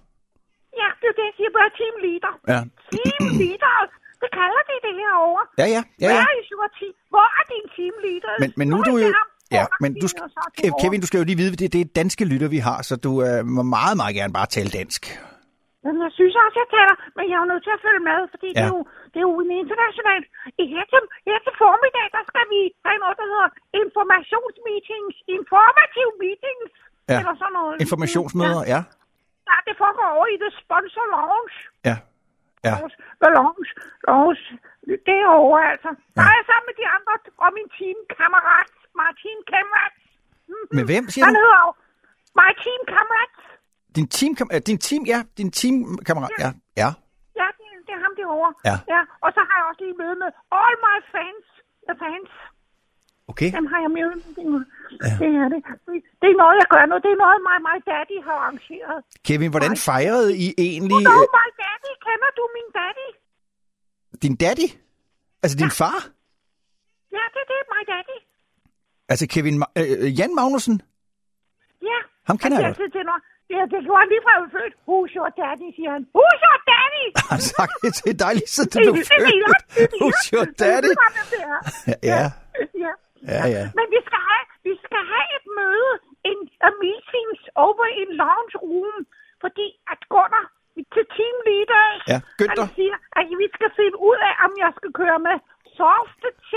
Speaker 10: Ja, det er det, jeg siger, bare teamleader.
Speaker 6: Ja.
Speaker 10: Teamleader, det kalder de det herovre.
Speaker 6: Ja, ja, ja, ja.
Speaker 10: Hvor er, I, hvor er din teamleader?
Speaker 6: Men, men nu er du jo... Ja, men du skal, Kevin, du skal jo lige vide, det, det er danske lytter, vi har, så du øh, må meget, meget gerne bare tale dansk.
Speaker 10: Men jeg synes også, jeg taler, men jeg er jo nødt til at følge med, fordi ja. det, er jo, det er jo en internationalt. I her til, her til formiddag, der skal vi have noget, der hedder informationsmeetings, informative meetings,
Speaker 6: ja.
Speaker 10: eller sådan noget.
Speaker 6: Informationsmøder, ja.
Speaker 10: ja. Ja, det foregår over i det sponsor lounge.
Speaker 6: Ja, ja.
Speaker 10: Lounge, lounge, det er over altså. Der er jeg sammen med de andre og min teamkammerat. My team camerats. Mm-hmm.
Speaker 6: Med hvem, siger
Speaker 10: Han
Speaker 6: du?
Speaker 10: hedder My team camerats.
Speaker 6: Din team, din team, ja, din teamkammerat, ja. Ja,
Speaker 10: ja det, det er ham derovre.
Speaker 6: Ja.
Speaker 10: ja. Og så har jeg også lige møde med all my fans. The fans.
Speaker 6: Okay.
Speaker 10: Dem har jeg med. Ja. Det er det. Det er noget, jeg gør nu. Det er noget, my, my daddy har arrangeret.
Speaker 6: Kevin, hvordan fejrede I egentlig...
Speaker 10: Du know my daddy. Kender du min daddy?
Speaker 6: Din daddy? Altså din
Speaker 10: ja.
Speaker 6: far?
Speaker 10: Ja, det er det, my daddy.
Speaker 6: Altså Kevin, øh, Jan Magnussen?
Speaker 10: Ja.
Speaker 6: Ham kender jeg godt.
Speaker 10: Til noget. Ja, det gjorde han lige fra jeg født. Who's your daddy, siger han. Who's your daddy?
Speaker 6: Han sagde det til dig lige så du blev født. Who's your daddy? Ja.
Speaker 10: Ja.
Speaker 6: Ja, ja.
Speaker 10: Men vi skal have, vi skal have et møde, en a meetings over in lounge room, fordi at Gunnar til teamleaders,
Speaker 6: ja,
Speaker 10: han siger, at vi skal finde ud af, om jeg skal køre med soft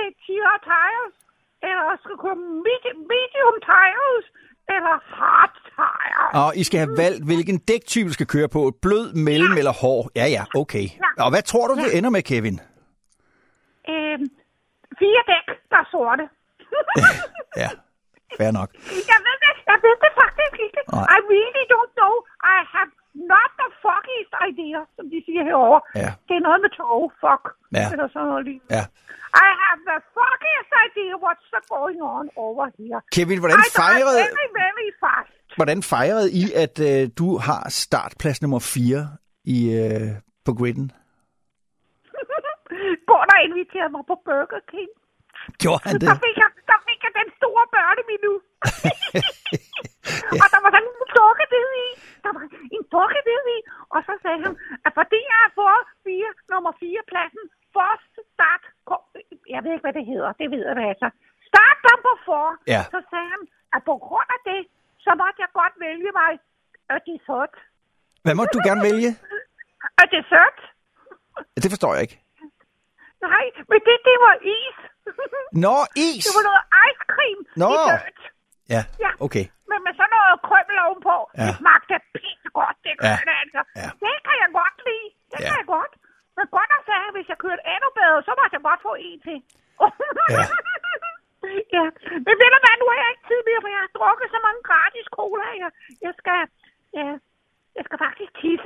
Speaker 10: tires, eller skal køre medium tires, eller hard tires.
Speaker 6: Og I skal have valgt, hvilken dæktype du skal køre på. Blød, mellem ja. eller hård. Ja, ja, okay. Ja. Og hvad tror du, det ja. ender med, Kevin?
Speaker 10: fire dæk, der er sorte.
Speaker 6: Ja, fair nok.
Speaker 10: Jeg ved det, jeg ved det faktisk ikke.
Speaker 6: Nej.
Speaker 10: I really don't know. I have not the fuckiest idea, som de siger herovre.
Speaker 6: Ja.
Speaker 10: Det er noget med tog, fuck.
Speaker 6: Ja.
Speaker 10: Eller sådan noget lige.
Speaker 6: Ja.
Speaker 10: I have the fuckiest idea what's going on over here.
Speaker 6: Kevin, hvordan fejrede,
Speaker 10: I very, very fast.
Speaker 6: hvordan fejrede I, at øh, du har startplads nummer fire i, øh, på gridden?
Speaker 10: Går der inviterede mig på Burger King.
Speaker 6: Gjorde han det?
Speaker 10: Der fik jeg, der fik jeg den store børnemenu. Og der var sådan en dukkedid i. Der var en dukkedid i. Og så sagde han, at fordi jeg har fået fire, nummer fire pladsen, first start, jeg ved ikke, hvad det hedder, det ved jeg hvad altså. Start number four.
Speaker 6: Ja.
Speaker 10: Så sagde han, at på grund af det, så måtte jeg godt vælge mig a dessert.
Speaker 6: Hvad måtte du gerne vælge?
Speaker 10: A dessert?
Speaker 6: Det forstår jeg ikke.
Speaker 10: Nej, men det, det var is.
Speaker 6: Nå, is!
Speaker 10: Det var noget ice cream.
Speaker 6: Nå!
Speaker 10: Dessert.
Speaker 6: Ja,
Speaker 10: Ja.
Speaker 6: okay.
Speaker 10: Men med sådan noget krømmel ovenpå,
Speaker 6: Ja.
Speaker 10: det smagte pisse godt, det gør
Speaker 6: Ja.
Speaker 10: det altså.
Speaker 6: Ja.
Speaker 10: Det kan jeg godt lide. Det
Speaker 6: Ja.
Speaker 10: kan jeg godt. Men godt nok sagde, at hvis jeg kørte endnu bedre, så måtte jeg godt få en til.
Speaker 6: Ja.
Speaker 10: Ja. Men ved du hvad, nu har jeg ikke tid mere, for jeg har drukket så mange gratis cola. Jeg, jeg skal, ja, jeg skal faktisk tisse.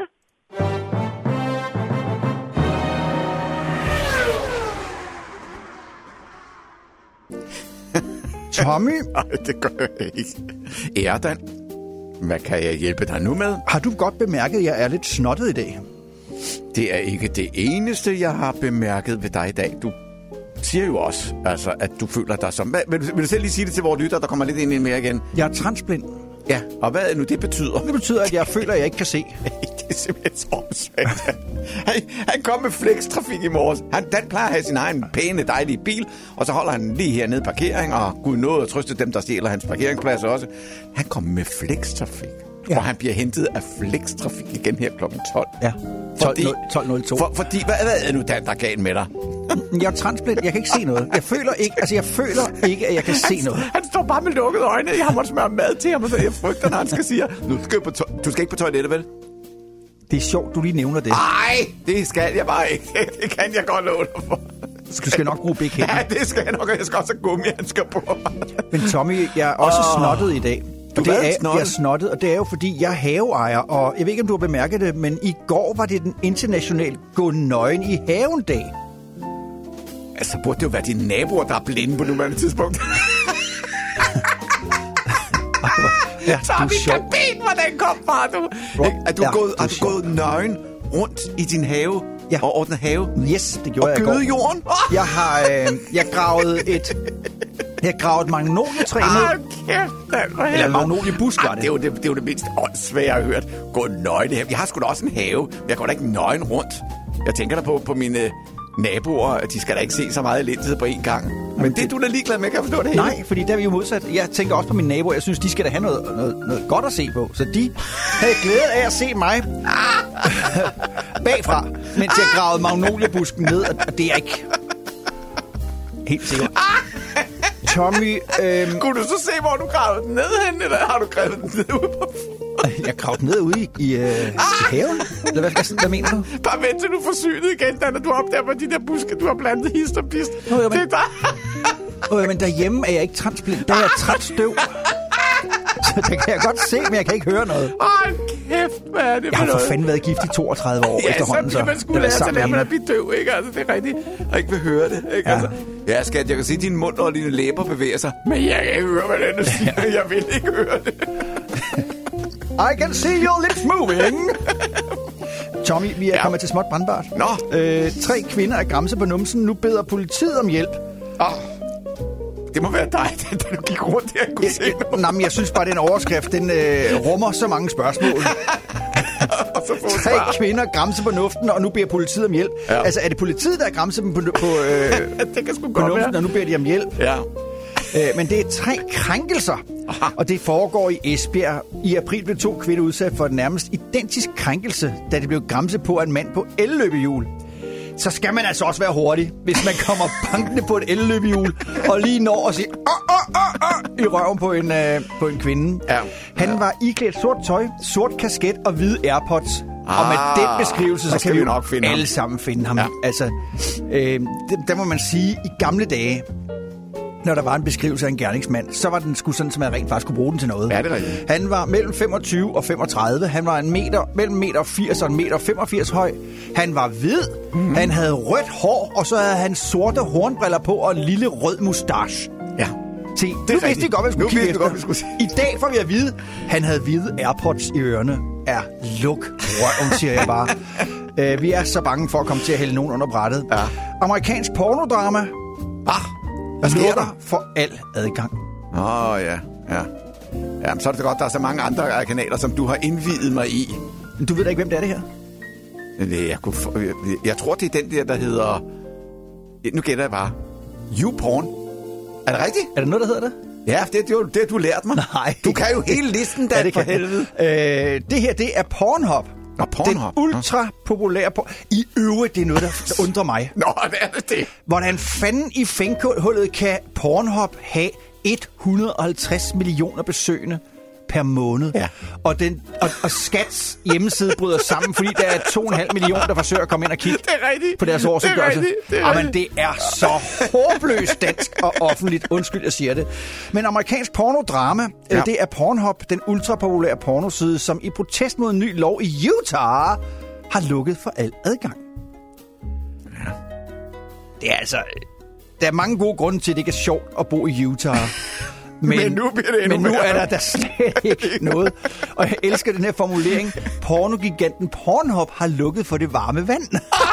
Speaker 6: Tommy,
Speaker 7: Nej, det gør jeg ikke. Erdan, hvad kan jeg hjælpe dig nu med?
Speaker 6: har du godt bemærket, at jeg er lidt snottet i dag?
Speaker 7: Det er ikke det eneste, jeg har bemærket ved dig i dag. Du siger jo også, altså, at du føler dig som... Hvad, vil, du, vil du selv lige sige det til vores lytter, der kommer lidt ind i mere igen?
Speaker 6: Jeg er transblind.
Speaker 7: Ja, og hvad er det nu, det betyder?
Speaker 6: Det betyder, at jeg føler, at jeg ikke kan se.
Speaker 7: Det er simpelthen så åndssvagt. Han, han kom med flextrafik i morges. Han, Dan plejer at have sin egen pæne, dejlige bil, og så holder han lige hernede parkering, og Gud nåede at trøste dem, der stjæler hans parkeringsplads også. Han kom med flextrafik, ja. Og han bliver hentet af flextrafik igen her klokken tolv.
Speaker 6: Ja, tolv nul to.
Speaker 7: For, fordi, hvad, hvad er det nu, Dan, der er galt med dig?
Speaker 6: Jeg er transblind. Jeg kan ikke se noget. Jeg føler ikke, altså jeg føler ikke, at jeg kan se noget.
Speaker 7: Han står bare med lukkede øjne. Jeg har måttet smøre mad til ham, og jeg frygter, når han skal sige, nu skal jeg på to- du skal ikke på toilettet, vel?
Speaker 6: Det er sjovt, du lige nævner det.
Speaker 7: Nej, det skal jeg bare ikke. Det kan jeg godt love dig for.
Speaker 6: Du skal nok bruge big hænder.
Speaker 7: Ja, det skal jeg nok, og jeg skal også have gummihandsker på.
Speaker 6: Men Tommy, jeg er også oh. snottet i dag.
Speaker 7: Du
Speaker 6: Og det
Speaker 7: er
Speaker 6: er,
Speaker 7: snottet?
Speaker 6: jeg er snottet, og det er jo, fordi jeg er haveejer, og jeg ved ikke, om du har bemærket det, men i går var det den internationale gå nøgen i haven-dag.
Speaker 7: Altså, burde det jo være dine naboer, der er blinde på nuværende tidspunkt.
Speaker 6: Ja,
Speaker 7: Så har vi kabin, hvor den kom fra, du. Er du,
Speaker 6: Ja,
Speaker 7: gået,
Speaker 6: det er
Speaker 7: er du
Speaker 6: sjovt.
Speaker 7: gået nøgen rundt i din have
Speaker 6: Ja.
Speaker 7: og ordnet have?
Speaker 6: Yes, det gjorde
Speaker 7: Og
Speaker 6: jeg i går.
Speaker 7: gødet jorden? Oh!
Speaker 6: Jeg har øh, jeg gravet et jeg gravet magnolietræ ned.
Speaker 7: Ah, kæft, Dan, hvor
Speaker 6: Eller
Speaker 7: helvede.
Speaker 6: magnoliebusk var
Speaker 7: Ah,
Speaker 6: det.
Speaker 7: det er jo det, det, er jo det mindst åndssvære, jeg har hørt. Gå nøgen i have. Jeg har sgu da også en have, men jeg går da ikke nøgen rundt. Jeg tænker da på, på mine naboer, at de skal da ikke se så meget elendighed på én gang. Men det er du da ligeglad med, kan jeg forstå det hele?
Speaker 6: Nej, fordi der er vi jo modsat. Jeg tænker også på mine naboer. Jeg synes, de skal da have noget, noget, noget godt at se på. Så de havde glæde af at se mig bagfra, mens jeg gravede magnoliebusken ned. Og det er ikke helt sikkert. Tommy, øhm,
Speaker 7: Kunne du så se, hvor du gravede den ned hen, eller har du gravet den ned ude på
Speaker 6: jeg gravede ned ude i, i, øh, i haven. Eller hvad, hvad, hvad mener du?
Speaker 7: Bare vent til du får synet igen, Dan, og du opdager på de der buske, du har plantet hist og pist.
Speaker 6: Nå, jo, men-
Speaker 7: Det er der.
Speaker 6: Øh, men derhjemme er jeg ikke transblind. Der er jeg træt støv. Så det kan jeg godt se, men jeg kan ikke høre noget.
Speaker 7: Åh, kæft, hvad er det
Speaker 6: Jeg
Speaker 7: for
Speaker 6: har for
Speaker 7: noget?
Speaker 6: fanden været gift i toogtredive år
Speaker 7: Ja,
Speaker 6: efterhånden.
Speaker 7: så bliver man sgu
Speaker 6: det var
Speaker 7: lære sig
Speaker 6: sammen med
Speaker 7: lære
Speaker 6: ham.
Speaker 7: at blive døv, ikke? Altså, det er rigtigt. Og ikke vil høre det, ikke?
Speaker 6: Ja.
Speaker 7: Altså, ja, skat, jeg kan se, at din mund og dine læber bevæger sig. Men jeg kan ikke høre, hvad den siger. Jeg vil ikke høre det.
Speaker 6: I can see your lips moving. Tommy, vi er
Speaker 7: Ja.
Speaker 6: ja. kommet til småt brandbart.
Speaker 7: Nå.
Speaker 6: Øh, tre kvinder er gramse på numsen. Nu beder politiet om hjælp.
Speaker 7: Åh, det må være dig, da du gik rundt her og kunne se noget.
Speaker 6: Nå, men jeg synes bare, den overskrift, den øh, rummer så mange spørgsmål.
Speaker 7: Og så få
Speaker 6: Tre
Speaker 7: svar.
Speaker 6: kvinder gramse på nuften, og nu beder politiet om hjælp.
Speaker 7: Ja.
Speaker 6: Altså, er det politiet, der er gramse dem på, på, øh,
Speaker 7: Det kan sgu
Speaker 6: på
Speaker 7: godt
Speaker 6: numsen,
Speaker 7: være.
Speaker 6: og nu beder de om hjælp?
Speaker 7: Ja.
Speaker 6: Øh, men det er tre krænkelser,
Speaker 7: Aha.
Speaker 6: og det foregår i Esbjerg. I april blev to kvinder udsat for en nærmest identisk krænkelse, da de blev gramset på af en mand på elløbehjul. Så skal man altså også være hurtig, hvis man kommer bankende på et elløbehjul, og lige når at sige åh, åh, åh, åh, i røven på en, øh, på en kvinde.
Speaker 7: Ja.
Speaker 6: Han var iklædt sort tøj, sort kasket og hvide AirPods. Ah, og med den beskrivelse, så kan vi jo
Speaker 7: nok finde
Speaker 6: alle
Speaker 7: ham.
Speaker 6: sammen finde ham.
Speaker 7: Ja.
Speaker 6: Altså, øh, det, der må man sige, i gamle dage, når der var en beskrivelse af en gerningsmand, så var den sgu sådan, som man rent faktisk kunne bruge den til noget.
Speaker 7: Ja, det er rigtigt.
Speaker 6: Han var mellem femogtyve og femogtredive. Han var en meter, mellem meter firs og en meter femogfirs høj. Han var hvid. Mm-hmm. Han havde rødt hår, og så havde han sorte hornbriller på og en lille rød mustache.
Speaker 7: Ja.
Speaker 6: Se, nu vidste vi godt, hvad vi skulle kigge efter. Godt, vi skulle... I dag får vi at vide, han havde hvide AirPods i ørerne. Er luk røven, siger jeg bare. uh, vi er så bange for at komme til at hælde nogen under brættet.
Speaker 7: Ja.
Speaker 6: Amerikansk pornodrama.
Speaker 7: Ah, hvad sker der?
Speaker 6: For al adgang.
Speaker 7: Åh, oh, ja, ja. Jamen, så er det godt, der er så mange andre kanaler, som du har indviet mig i.
Speaker 6: Du ved da ikke, hvem det er, det her?
Speaker 7: Det, jeg, kunne få, jeg, jeg tror, det er den der, der hedder... Nu gætter jeg bare. YouPorn. Er det rigtigt?
Speaker 6: Er det noget, der hedder det?
Speaker 7: Ja, det er det, det du lærte mig.
Speaker 6: Nej.
Speaker 7: Du kan jo hele listen, der ja, for helvede.
Speaker 6: Øh, det her, det er Pornhub.
Speaker 7: Nå, Pornhub.
Speaker 6: Den ultra populære på. I øvrigt, det er noget, der undrer mig.
Speaker 7: Nå, det er det det.
Speaker 6: Hvordan fanden i fængkullet kan Pornhub have et hundrede og halvtreds millioner besøgende per måned?
Speaker 7: Ja.
Speaker 6: Og, den, og, og Skats hjemmeside bryder sammen, fordi der er to komma fem millioner, der forsøger at komme ind og kigge
Speaker 7: det er rigtigt.
Speaker 6: på deres årsopgørelse.
Speaker 7: Det er rigtigt.
Speaker 6: Jamen, det er så håbløst dansk og offentligt. Undskyld, jeg siger det. Men amerikansk pornodrama, ja. Det er Pornhub, den ultrapopulære pornoside, som i protest mod en ny lov i Utah har lukket for al adgang. Ja. Det er altså... Der er mange gode grunde til, at det ikke er sjovt at bo i Utah. Men,
Speaker 7: men nu bliver det endnu
Speaker 6: Men nu
Speaker 7: mere.
Speaker 6: er der da slet ikke noget. Og jeg elsker den her formulering. Pornogiganten Pornhub har lukket for det varme vand.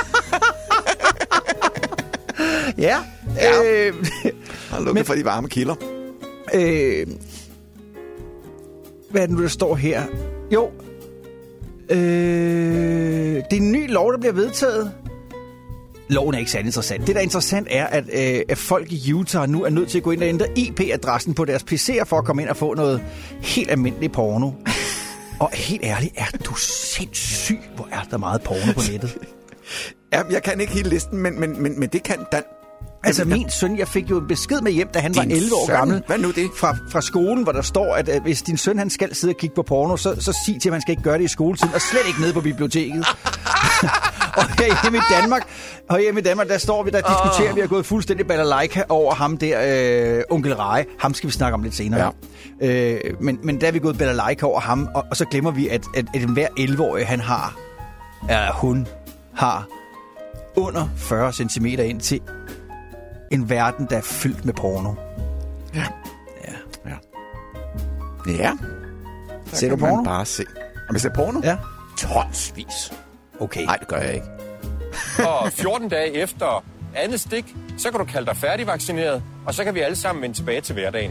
Speaker 6: ja.
Speaker 7: ja.
Speaker 6: Øh,
Speaker 7: har lukket men, for de varme kilder.
Speaker 6: Øh, hvad er det nu, der står her? Jo. Øh, det er en ny lov, der bliver vedtaget. Loven er ikke særlig interessant. Det, der er interessant, er, at, øh, at folk i Utah nu er nødt til at gå ind og ændre I P-adressen på deres P C'er for at komme ind og få noget helt almindelig porno. Og helt ærligt, er du sindssyg, hvor er der meget porno på nettet?
Speaker 7: Ja, jeg kan ikke hele listen, men, men, men, men det kan Dan.
Speaker 6: Altså min søn, jeg fik jo en besked med hjem, da han din var elleve år
Speaker 7: søn?
Speaker 6: gammel.
Speaker 7: Hvad nu det?
Speaker 6: Fra, fra skolen, hvor der står, at, at hvis din søn han skal sidde og kigge på porno, så, så sig til, at man skal ikke gøre det i skoletiden, og slet ikke nede på biblioteket. Og herhjemme i Danmark, og herhjemme i Danmark, der står vi, der diskuterer oh. vi, har gået fuldstændig balalaika over ham der, øh, onkel Rej. Ham skal vi snakke om lidt senere. Ja. Øh, men, men der er vi gået balalaika over ham, og, og så glemmer vi, at, at, at enhver elleve-årig, han har, ja, hun har under fyrre centimeter ind til en verden, der er fyldt med porno.
Speaker 7: Ja.
Speaker 6: Ja.
Speaker 7: Ja. Ja.
Speaker 6: Ser du porno?
Speaker 7: Bare se. Om jeg ser porno?
Speaker 6: Ja.
Speaker 7: Tonsvis.
Speaker 6: Okay.
Speaker 7: Nej, det gør jeg ikke.
Speaker 11: Og fjorten dage efter andet stik, så kan du kalde dig færdigvaccineret, og så kan vi alle sammen vende tilbage til hverdagen.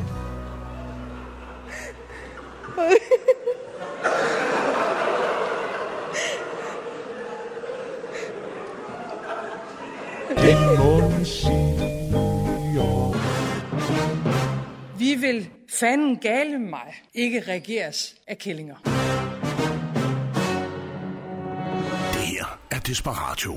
Speaker 12: Vi vil fanden gale mig ikke regeres af kællinger.
Speaker 2: Det her er Desperatio.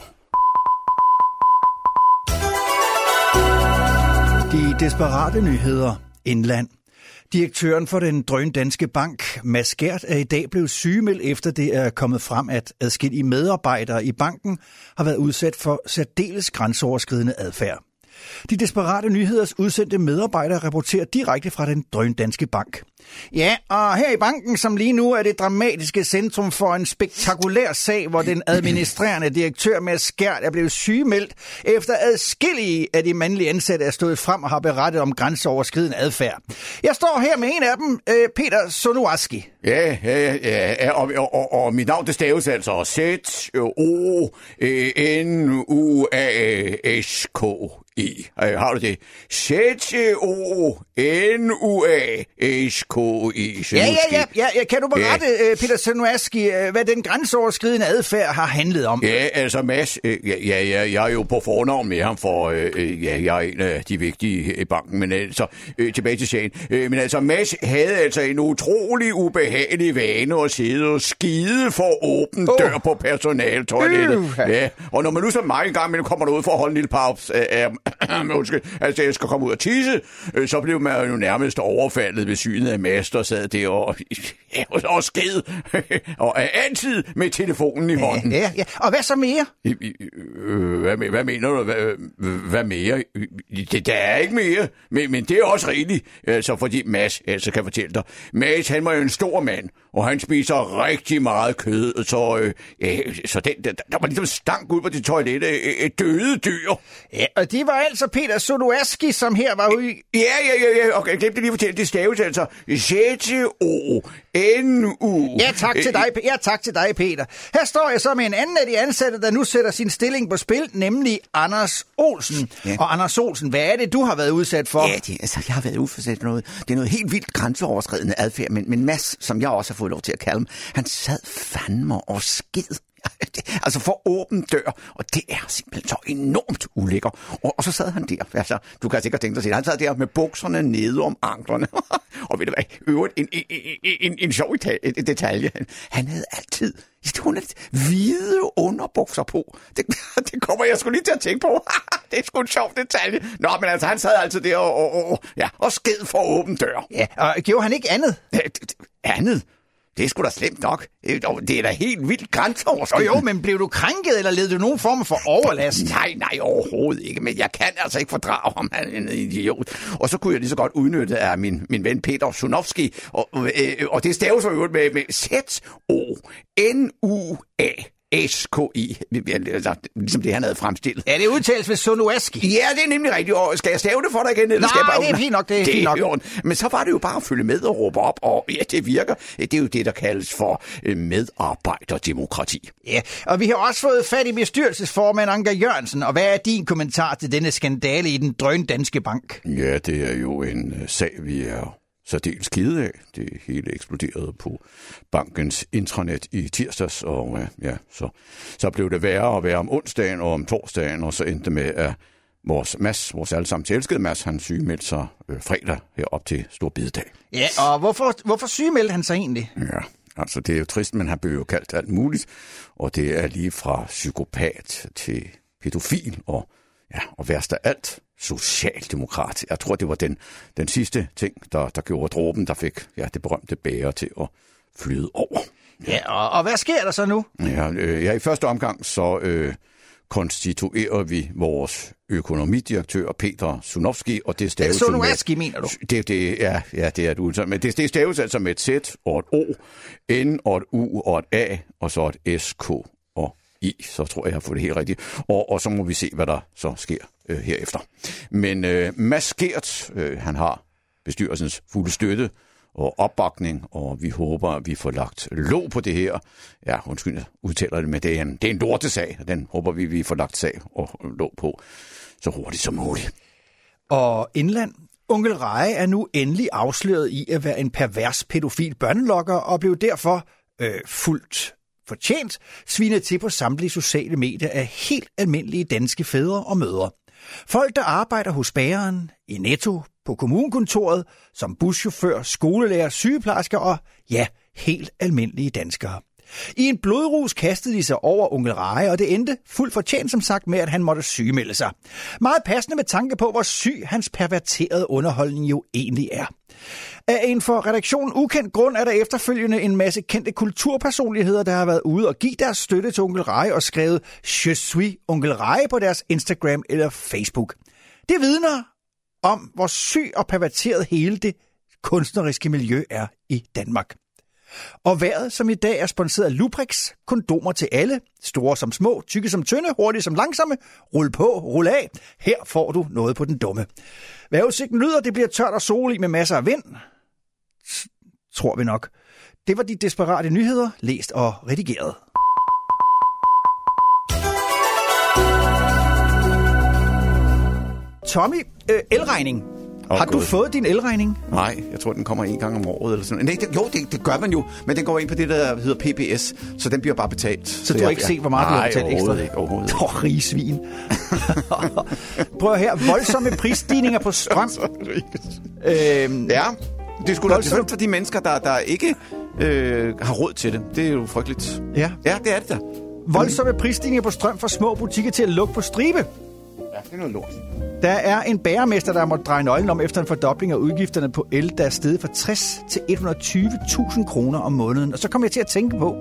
Speaker 6: De desperate nyheder. Indland. Direktøren for den drøndanske bank, Mads Gert, er i dag blevet sygemeldt, efter det er kommet frem, at adskillige medarbejdere i banken har været udsat for særdeles grænseoverskridende adfærd. De desperate nyheders udsendte medarbejdere rapporterer direkte fra den drøndanske bank. Ja, og her i banken, som lige nu er det dramatiske centrum for en spektakulær sag, hvor den administrerende direktør Mads Gert er blevet sygemeldt, efter adskillige af de mandlige ansatte er stået frem og har berettet om grænseoverskridende adfærd. Jeg står her med en af dem, Peter Sonuaski.
Speaker 7: Ja, ja, ja, og, og, og, og mit navn, det staves altså Z O N U A S K I. Har du det? Z O N U A S K I.
Speaker 6: Ja, ja, ja, ja. Kan du berette, ja. Peter Sonuaski, hvad den grænseoverskridende adfærd har handlet om?
Speaker 7: Ja, altså Mads, ja, ja, ja, jeg er jo på fornavn med ham, for ja, jeg er en af de vigtige i banken, men altså, tilbage til sagen. Men altså, Mads havde altså en utrolig ubehagelig vane at sidde og skide for åben oh. dør på personaltoilettet. Uh. Ja, og når man nu som mig en gang, men kommer ud for at holde en lille pause, undskyld, altså jeg skal komme ud og tisse, øh, så blev man jo nærmest overfaldet ved synet af Mads, der sad der og, ja, og sked, og altid med telefonen i hånden.
Speaker 6: Ja, ja. Og hvad så mere?
Speaker 7: Øh, hvad, hvad mener du? Hvad, hvad mere? Det der er ikke mere, men, men det er også rigeligt, altså fordi Mads, altså kan jeg fortælle dig, Mads han var jo en stor mand, og han spiser rigtig meget kød, så, øh, øh, så den, der, der var ligesom stank ud på det toilet, øh, øh, døde dyr.
Speaker 6: Ja, og det var altså Peter Sodoaski, som her var ude i...
Speaker 7: Ja, ja, ja, ja, okay, jeg glemte lige at fortælle, det staves altså Z O N U.
Speaker 6: Ja, tak til dig, ja, tak til dig, Peter. Her står jeg så med en anden af de ansatte, der nu sætter sin stilling på spil, nemlig Anders Olsen. Ja. Og Anders Olsen, hvad er det, du har været udsat for?
Speaker 7: Ja, det, altså, jeg har været udsat for noget. Det er noget helt vildt grænseoverskridende adfærd, men, men Mads, som jeg også har fået lov til at kalde ham, han sad fandme og skid. Altså for åben dør, og det er simpelthen så enormt ulækker. Og, og så sad han der, altså, du kan sikkert tænke dig at han sad der med bukserne nede om anklerne. Og ved du hvad, øvrigt en, en, en, en, en sjov detalje. Han havde altid hvide underbukser på. Det, det kommer jeg sgu lige til at tænke på. Det er sgu en sjov detalje. Nå, men altså, han sad altid der og, og, og, ja, og sked for åben dør.
Speaker 6: Ja, og gjorde han ikke andet?
Speaker 7: Andet? Det er sgu da slemt nok. Det er da helt vildt grænseoverskridende.
Speaker 6: Jo, jo, men blev du krænket, eller led du nogen form for overlast?
Speaker 7: Nej, nej, overhovedet ikke. Men jeg kan altså ikke fordrage ham, han er en idiot. Og så kunne jeg lige så godt udnytte af min, min ven Peter Sonovski. Og, øh, og det staves jo med, med Z O N U A. S K I, ligesom det, han havde fremstillet.
Speaker 6: Ja, det udtales ved Sonoaski.
Speaker 7: Ja, det er nemlig rigtigt. Og skal jeg stave det for dig igen? Eller
Speaker 6: Nej,
Speaker 7: skal jeg bare...
Speaker 6: det er fint nok, det er, det er fint nok.
Speaker 7: Men så var det jo bare at følge med og råbe op, og ja, det virker. Det er jo det, der kaldes for medarbejderdemokrati.
Speaker 6: Ja, og vi har også fået fat i bestyrelsesformand Anker Jørgensen, og hvad er din kommentar til denne skandale i den drøn danske bank?
Speaker 7: Ja, det er jo en sag, vi er... så dels kede af. Det hele eksploderede på bankens intranet i tirsdags, og ja, så, så blev det værre og værre om onsdagen og om torsdagen, og så endte med, at vores Mads, vores allesammen elskede Mads, han sygemeldte sig øh, fredag herop til Stor Bidedag.
Speaker 6: Ja, og hvorfor, hvorfor sygemeldte han sig egentlig?
Speaker 7: Ja, altså det er jo trist, men han blev jo kaldt alt muligt, og det er lige fra psykopat til pædofil, og ja, og værst af alt, socialdemokrat. Jeg tror, det var den, den sidste ting, der, der gjorde dråben, der fik ja, det berømte bæger til at flyde over.
Speaker 6: Ja, og, og hvad sker der så nu?
Speaker 7: Ja, øh, ja i første omgang så øh, konstituerer vi vores økonomidirektør Peter Sonovski, og det staves...
Speaker 6: Sonovaski, mener du?
Speaker 7: Det, det, ja, ja, det er et udtale, men det, det staves altså med et Z og et O, N og et U og et A, og så et S K og I, så tror jeg, jeg har fået det helt rigtigt. Og, og så må vi se, hvad der så sker øh, herefter. Men øh, Mads Gert, øh, han har bestyrelsens fulde støtte og opbakning, og vi håber, at vi får lagt låg på det her. Ja, undskyld, jeg udtaler det, men det er en, det er en lortesag, og den håber vi, vi får lagt sag og låg på så hurtigt som muligt.
Speaker 6: Og indland. Onkel Reje er nu endelig afsløret i at være en pervers pædofil børnelokker, og blev derfor øh, fuldt fortjent svinet til på samtlige sociale medier af helt almindelige danske fædre og mødre. Folk, der arbejder hos bageren, i Netto, på kommunekontoret, som buschauffør, skolelærer, sygeplejersker og, ja, helt almindelige danskere. I en blodrus kastede de sig over onkel Reje, og det endte fuldt fortjent som sagt med, at han måtte sygemelde sig. Meget passende med tanke på, hvor syg hans perverterede underholdning jo egentlig er. Af en for redaktionen ukendt grund er der efterfølgende en masse kendte kulturpersonligheder, der har været ude og give deres støtte til onkel Reje og skrevet Je suis onkel Reje på deres Instagram eller Facebook. Det vidner om, hvor syg og perverteret hele det kunstneriske miljø er i Danmark. Og vejret, som i dag er sponsoreret af Lubrix, kondomer til alle, store som små, tykke som tynde, hurtige som langsomme, rul på, rul af, her får du noget på den dumme. Vejrudsigten lyder, det bliver tørt og solig med masser af vind. Tror vi nok. Det var de desperate nyheder, læst og redigeret. Tommy, øh, elregning. Oh, har du God. fået din elregning?
Speaker 7: Nej, jeg tror, den kommer en gang om året. Eller sådan. Nej, det, jo, det, det gør man jo, men den går ind på det, der hedder P P S, så den bliver bare betalt.
Speaker 6: Så, så du har ikke set, hvor meget
Speaker 7: nej,
Speaker 6: du har betalt ekstra?
Speaker 7: Nej, overhovedet ikke.
Speaker 6: Åh, rigsvin. Prøv her, voldsomme prisstigninger på strøm.
Speaker 7: øhm, ja, det skulle da for de mennesker, der, der ikke øh, har råd til det. Det er jo frygteligt.
Speaker 6: Ja,
Speaker 7: ja det er det da.
Speaker 6: Voldsomme prisstigninger på strøm for små butikker til at lukke på stribe.
Speaker 7: Ja,
Speaker 5: det er noget lort.
Speaker 6: Der er en bagermester, der måtte dreje nøglen om efter en fordobling af udgifterne på el, der er steget fra tres til et hundrede og tyve tusind kroner om måneden. Og så kom jeg til at tænke på,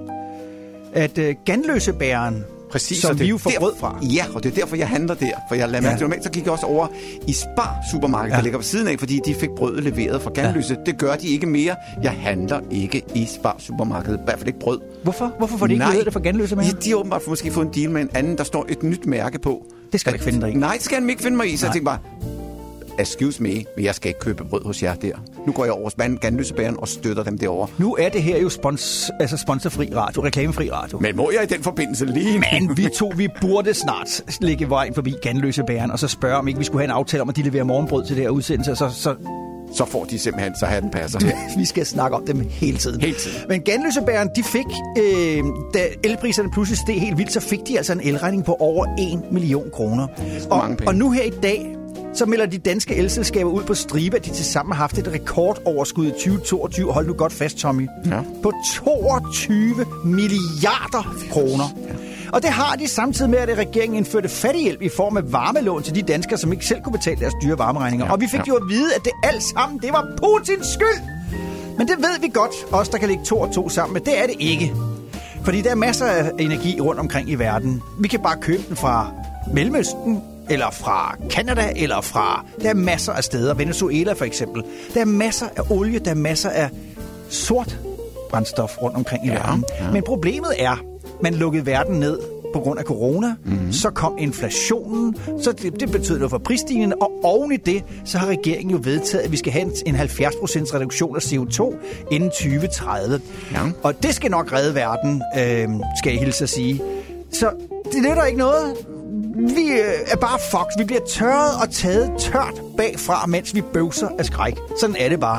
Speaker 6: at uh, Ganløsebæren,
Speaker 5: Præcis,
Speaker 6: som
Speaker 5: det
Speaker 6: vi jo får
Speaker 5: der,
Speaker 6: brød fra.
Speaker 5: Ja, og det er derfor, jeg handler der. For jeg lader mærke til, så gik jeg også over i Spar supermarkedet, ja. der ligger på siden af, fordi de fik brødet leveret fra Ganløse. Ja. Det gør de ikke mere. Jeg handler ikke i Spar supermarkedet. I hvert fald ikke brød.
Speaker 6: Hvorfor? Hvorfor får de ikke leveret det fra Ganløse mere?
Speaker 5: Ja, de har åbenbart måske fået en deal med en anden, der står et nyt mærke på.
Speaker 6: Det skal du ikke finde dig i.
Speaker 5: Nej, det skal han ikke finde mig i. Så Nej. jeg tænkte bare, excuse me, men jeg skal ikke købe brød hos jer der. Nu går jeg over hos Ganløsebæren og støtter dem derovre.
Speaker 6: Nu er det her jo spons, altså sponsorfri radio, reklamefri radio.
Speaker 5: Men må jeg i den forbindelse lige?
Speaker 6: Men vi to, vi burde snart ligge vejen forbi Ganløsebæren og så spørge, om ikke vi skulle have en aftale om, at de leverer morgenbrød til det her udsendelse. Så, så...
Speaker 5: så får de simpelthen, så hatten passer.
Speaker 6: Vi skal snakke om dem hele tiden.
Speaker 5: Hele tiden.
Speaker 6: Men Ganløsebæren, de fik, øh, da elpriserne pludselig steg helt vildt, så fik de altså en elregning på over en million kroner. Og, og nu her i dag, så melder de danske elselskaber ud på stribe, at de tilsammen har haft et rekordoverskud i tyve toogtyve. Hold nu godt fast, Tommy. Ja. På toogtyve milliarder kroner. Ja. Og det har de samtidig med, at regeringen indførte fattighjælp i form af varmelån til de danskere, som ikke selv kunne betale deres dyre varmeregninger. Ja. Og vi fik ja. jo at vide, at det alt sammen, det var Putins skyld. Men det ved vi godt, os der kan lægge to og to sammen, men det er det ikke. Fordi der er masser af energi rundt omkring i verden. Vi kan bare købe den fra Mellemøsten, eller fra Canada, eller fra... Der er masser af steder. Venezuela for eksempel. Der er masser af olie, der er masser af sort brændstof rundt omkring i ja, verden. Ja. Men problemet er, man lukkede verden ned på grund af corona. Mm-hmm. Så kom inflationen, så det, det betød noget for prisstigningen. Og oven i det, så har regeringen jo vedtaget, at vi skal have en halvfjerds procent reduktion af C O to inden tyve tredive. Ja. Og det skal nok redde verden, øh, skal jeg hilse at sige. Så det nytter ikke noget. Vi er bare fucked. Vi bliver tørret og taget tørt bagfra, mens vi bøvser af skræk. Sådan er det bare.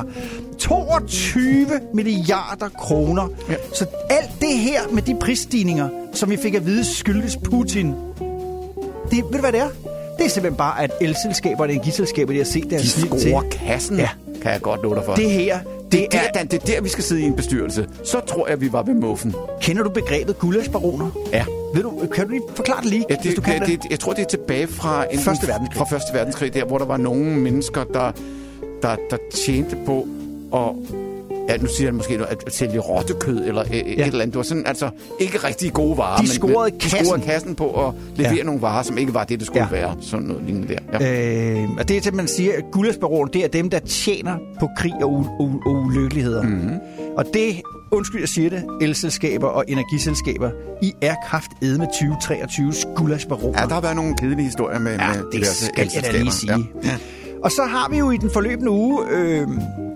Speaker 6: toogtyve milliarder kroner. Ja. Så alt det her med de prisstigninger, som vi fik at vide skyldes Putin, det, ved du hvad det er? Det er simpelthen bare, at elselskaber og energiselskaber, de har set deres
Speaker 5: snit til. De scorer kassen, ja. Kan jeg godt love dig for.
Speaker 6: Det her,
Speaker 5: det, det, er, der, det er der, vi skal sidde i en bestyrelse. Så tror jeg, vi var ved muffen.
Speaker 6: Kender du begrebet gullaschbaroner?
Speaker 5: Ja.
Speaker 6: Ved du, kan du lige forklare det lige,
Speaker 5: ja, det,
Speaker 6: hvis du kan
Speaker 5: det, det? Jeg tror, det er tilbage fra... En,
Speaker 6: Første verdenskrig.
Speaker 5: Fra Første Verdenskrig, der hvor der var nogle mennesker, der, der, der tjente på at... Ja, nu siger jeg måske noget, at sælge rottekød eller ja. et eller andet. Det var sådan, altså, ikke rigtig gode varer.
Speaker 6: De scorede
Speaker 5: men,
Speaker 6: kassen.
Speaker 5: De scorede kassen på at levere ja. nogle varer, som ikke var det, det skulle ja. være. Sådan noget lignende der.
Speaker 6: Ja. Øh, og det er det, man siger, at gullaschbaroner, det er dem, der tjener på krig og, u- u- og ulykkeligheder. Mm-hmm. Og det, undskyld, jeg siger det, elselskaber og energiselskaber, I er kraftedme tyve treogtyves gullaschbaroner.
Speaker 5: Ja, der har været nogle kedelige historier med,
Speaker 6: ja,
Speaker 5: med
Speaker 6: det
Speaker 5: de
Speaker 6: skal jeg da lige sige. Ja. Ja. Og så har vi jo i den forløbende uge... Øh,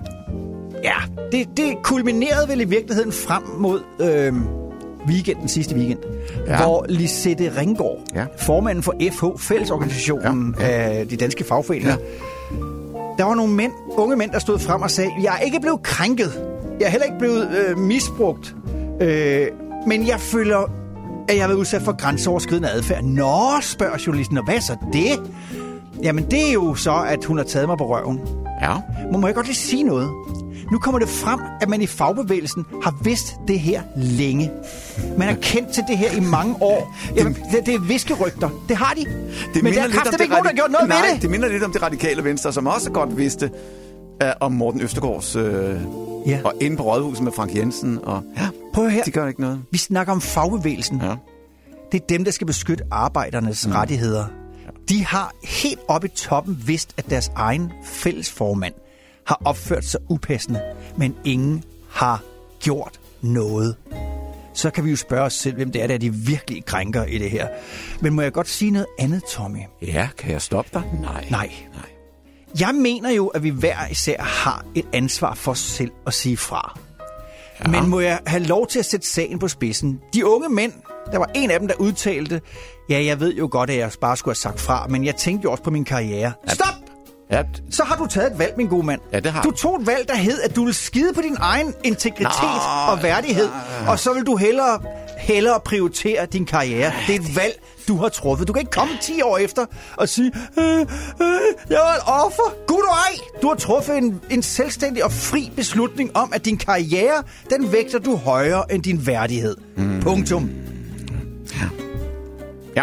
Speaker 6: Ja, det, det kulminerede vel i virkeligheden frem mod øh, weekenden, sidste weekend, ja. hvor Lisette Ringgaard, ja. formanden for F H, fællesorganisationen ja. Ja. af de danske fagforeninger, ja. der var nogle mænd, unge mænd, der stod frem og sagde, jeg er ikke blevet krænket, jeg er heller ikke blevet øh, misbrugt, øh, men jeg føler, at jeg har været udsat for grænseoverskridende adfærd. Nå, spørger journalisten, og hvad er så det? Jamen, det er jo så, at hun har taget mig på røven.
Speaker 5: Ja.
Speaker 6: Må, må jeg godt lige sige noget? Nu kommer det frem, at man i fagbevægelsen har vidst det her længe. Man har kendt til det her i mange år. Jamen, det, det er viskerygter. Det har de. Det men der er kraftigt ikke nogen, der har gjort noget
Speaker 5: nej,
Speaker 6: med det.
Speaker 5: Det minder lidt om det radikale venstre, som også godt vidste uh, om Morten Østergaards øh, ja. og inde på Rådhuset med Frank Jensen. Og, ja,
Speaker 6: prøv her.
Speaker 5: De gør ikke noget.
Speaker 6: Vi snakker om fagbevægelsen. Ja. Det er dem, der skal beskytte arbejdernes mm. rettigheder. De har helt oppe i toppen vidst, at deres egen fællesformand har opført sig upassende, men ingen har gjort noget. Så kan vi jo spørge os selv, hvem det er, der de virkelig krænker i det her. Men må jeg godt sige noget andet, Tommy?
Speaker 5: Ja, kan jeg stoppe dig? Nej.
Speaker 6: Nej. Nej. Jeg mener jo, at vi hver især har et ansvar for os selv at sige fra. Ja. Men må jeg have lov til at sætte sagen på spidsen? De unge mænd, der var en af dem, der udtalte, ja, jeg ved jo godt, at jeg bare skulle have sagt fra, men jeg tænkte jo også på min karriere. Stop! Ja. Så har du taget et valg, min gode mand.
Speaker 5: Ja, det har
Speaker 6: du tog et valg, der hed, at du vil skide på din egen integritet Nå, og værdighed, ja. og så vil du hellere, hellere prioritere din karriere. Det er et valg, du har truffet. Du kan ikke komme ti år efter og sige, øh, øh, jeg var et offer. Gud og ej! Du har truffet en, en selvstændig og fri beslutning om, at din karriere, den vægter du højere end din værdighed. Mm. Punktum.
Speaker 5: Ja.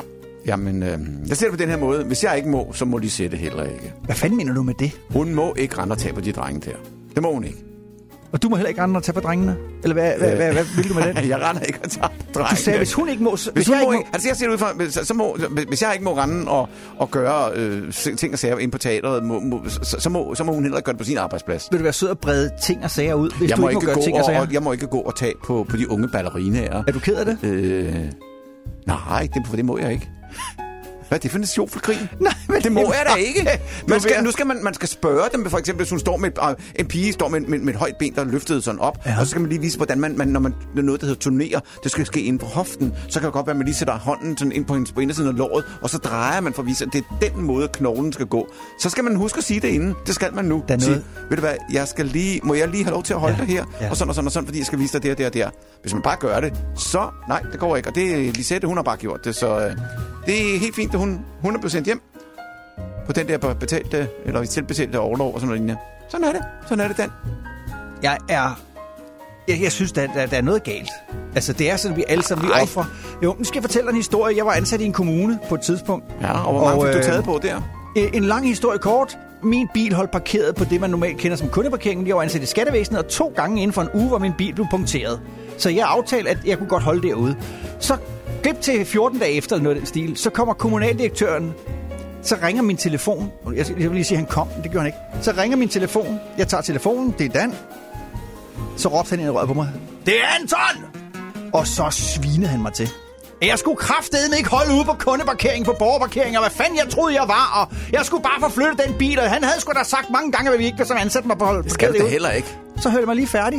Speaker 7: Jamen, øh, jeg ser det på den her måde. Hvis jeg ikke må, så må de sætte heller ikke.
Speaker 6: Hvad fanden mener du med det?
Speaker 7: Hun må ikke rende og tage på de drenge der. Det må hun ikke.
Speaker 6: Og du må heller ikke rende og tage på drengene? Eller hvad, hvad, hvad, hvad vil du med den?
Speaker 7: Jeg render ikke og tager på drengene.
Speaker 6: Du sagde, hvis hun ikke må... Så,
Speaker 7: hvis,
Speaker 6: hvis jeg
Speaker 7: må
Speaker 6: ikke må...
Speaker 7: Altså, jeg ser det ud fra... Så, så må, hvis jeg ikke må rende og, og gøre øh, ting og sager ind på teateret, må, må, så, så, må, så må hun heller ikke gøre det på sin arbejdsplads.
Speaker 6: Vil du være sød og brede ting og sager ud, hvis
Speaker 7: jeg
Speaker 6: du
Speaker 7: må
Speaker 6: ikke må
Speaker 7: ikke
Speaker 6: gøre ting og sager?
Speaker 7: Og, jeg må ikke gå og tage på, på de unge ballerinaer.
Speaker 6: Er du ked af det?
Speaker 7: Øh, nej, det, for det må jeg ikke. Hvad er det for en sjov for grin?
Speaker 6: Nej, men
Speaker 7: det må jeg da ikke. Man skal, nu skal man, man skal spørge dem, for eksempel, hvis hun står med et, uh, en pige står med, med, med et højt ben, der er løftet sådan op, ja. Og så skal man lige vise, hvordan man, man når man når noget, der hedder turnere, det skal ske inden på hoften, så kan det godt være, at man lige sætter hånden sådan ind på hendes på indersiden af låret, og så drejer man for at vise, at det er den måde, knoglen skal gå. Så skal man huske at sige det inden. Det skal man nu. Noget... Sige, ved du hvad, jeg skal lige, må jeg lige have lov til at holde ja. dig her? Ja. Og sådan og sådan og sådan, fordi jeg skal vise dig det og det og det. Hvis man bare gør det, så nej, det går ikke. Og det Lisette, hun har bare gjort det, så øh, det er helt fint, at hun, hun er blevet sendt hjem på den der betalte, eller selvbetalte overlov og sådan noget lignende. Sådan er det. Sådan er det, Dan.
Speaker 6: Jeg er... Jeg, jeg synes, der, der, der er noget galt. Altså, det er sådan, vi alle sammen, vi offrer. Jo, nu skal jeg fortælle en historie. Jeg var ansat i en kommune på et tidspunkt.
Speaker 7: Ja, og hvor mange og, fik du taget på der?
Speaker 6: En lang historie kort. Min bil holdt parkeret på det, man normalt kender som kundeparkering. Jeg var ansat i skattevæsenet, og to gange inden for en uge var min bil blevet punkteret. Så jeg aftalte, at jeg kunne godt holde derude. Så klip til fjorten dage efter, eller noget af den stil, så kommer kommunaldirektøren. Så ringer min telefon. Jeg vil lige sige, at han kom. Det gjorde han ikke. Så ringer min telefon. Jeg tager telefonen. Det er Dan. Så råbte han ind i røret på mig. Det er Anton! Og så svinede han mig til. Jeg skulle kraftedeme ikke holde ude på kundeparkering, på borgerparkering, og hvad fanden jeg troede, jeg var. Og jeg skulle bare forflytte den bil, og han havde sgu da sagt mange gange, at vi ikke ville ansætte mig på.
Speaker 7: Det skal det heller ikke.
Speaker 6: Så hørte jeg mig lige færdig.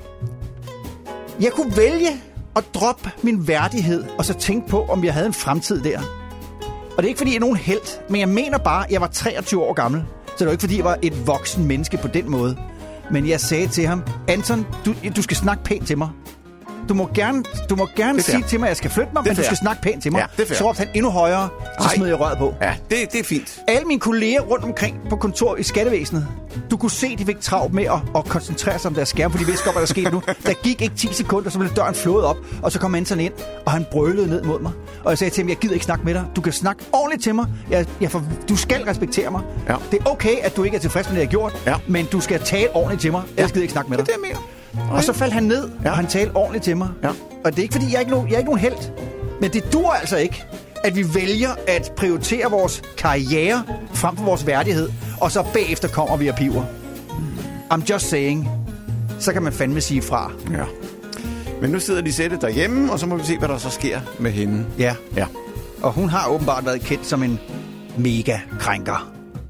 Speaker 6: Jeg kunne vælge at droppe min værdighed, og så tænke på, om jeg havde en fremtid der. Og det er ikke, fordi jeg er nogen helt, men jeg mener bare, at jeg var treogtyve år gammel. Så det var ikke, fordi jeg var et voksen menneske på den måde. Men jeg sagde til ham, Anton, du, du skal snakke pænt til mig. Du må gerne, du må gerne sige til mig, at jeg skal flytte mig, men du skal snakke pænt til mig. Ja, så råbte han endnu højere, så smed jeg røret på.
Speaker 7: Ja, det, det er fint.
Speaker 6: Alle mine kolleger rundt omkring på kontor i skattevæsenet, du kunne se, de fik travlt med at, at koncentrere sig om deres skærm, for de vidste godt, hvad der skete nu. Der gik ikke ti sekunder, så blev døren flået op, og så kom Anton ind, og han brølede ned mod mig. Og jeg sagde til ham, jeg gider ikke snakke med dig. Du kan snakke ordentligt til mig. Jeg, jeg for, du skal respektere mig. Ja. Det er okay, at du ikke er tilfreds med det, jeg har gjort, ja. Men du skal tale ordentligt til mig. Jeg gider ikke snakke med dig.
Speaker 7: Det er det, jeg mener.
Speaker 6: Og så faldt han ned, ja. Og han talte ordentligt til mig. Ja. Og det er ikke, fordi jeg er ikke nogen, jeg er ikke nogen helt. Men det dur altså ikke, at vi vælger at prioritere vores karriere frem for vores værdighed, og så bagefter kommer vi og piver. I'm just saying. Så kan man fandme sige fra.
Speaker 7: Ja. Men nu sidder Lisette derhjemme, og så må vi se, hvad der så sker med hende.
Speaker 6: Ja.
Speaker 7: Ja.
Speaker 6: Og hun har åbenbart været kendt som en mega krænker.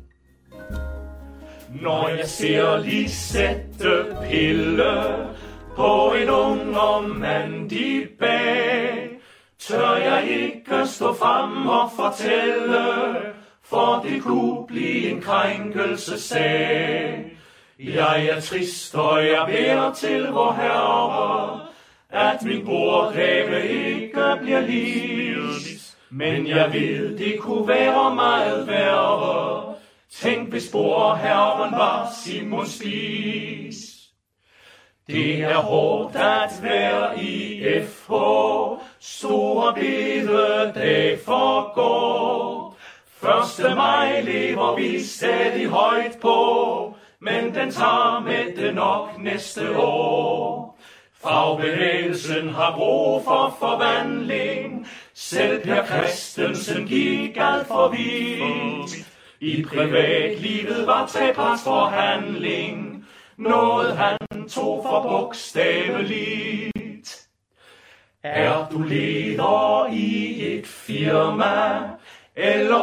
Speaker 9: Når jeg ser Lisette pille på en ung og mandig bag, tør jeg ikke stå frem og fortælle, for det kunne blive en krænkelsessag. Jeg er trist, og jeg beder til vor Herre, at min borddame ikke bliver lidt. Men jeg ved, det kunne være meget værre. Tænk, hvis bordherren var Simon Spies. Det er hårdt at være i F H. Store bededag forgår. Første maj lever vi stadig højt på, men den tager med det nok næste år. Fagbevægelsen har brug for forvandling. Selv Per Christensen gik alt for vidt. I privatlivet var trepartsforhandling noget han tog for bogstaveligt. Er du leder i et firma eller